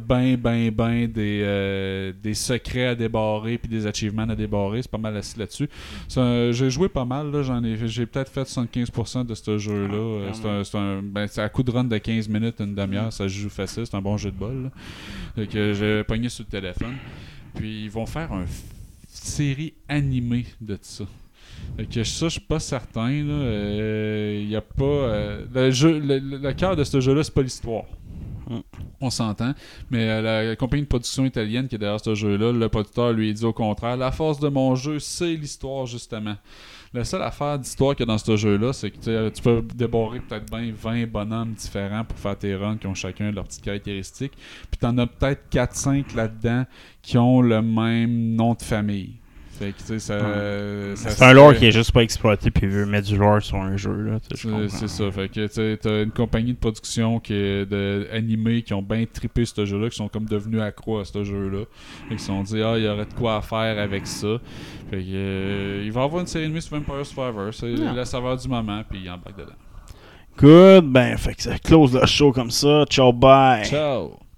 des secrets à débarrer puis des achievements à débarrer, c'est pas mal assis là-dessus. J'ai joué pas mal, là, j'ai peut-être fait 75% de ce jeu-là. C'est à coup de run de 15 minutes, une demi-heure, ça se joue facile, c'est un bon jeu de bol, là. Fait que j'ai pogné sur le téléphone. Puis ils vont faire série animée de ça. Fait que ça, je suis pas certain. Il y a pas... le cœur de ce jeu-là, c'est pas l'histoire. On s'entend. Mais la compagnie de production italienne qui est derrière ce jeu-là, le producteur lui dit au contraire, la force de mon jeu, c'est l'histoire, justement. La seule affaire d'histoire qu'il y a dans ce jeu-là, c'est que tu peux débarrer peut-être 20 bonhommes différents pour faire tes runs qui ont chacun leur petite caractéristique. Puis t'en as peut-être 4-5 là-dedans qui ont le même nom de famille. Fait que, tu sais, c'est un lore qui est juste pas exploité puis veut mettre du lore sur un jeu, là. C'est ça. Fait que, tu sais, t'as une compagnie de production animés qui ont bien trippé ce jeu-là, qui sont comme devenus accros à ce jeu-là. Fait qu'ils se sont dit, il y aurait de quoi à faire avec ça. Fait que, il va y avoir une série animée sur Vampire Survivor. C'est la saveur du moment, puis il embarque dedans. Good, ben, fait que ça close le show comme ça. Ciao, bye. Ciao.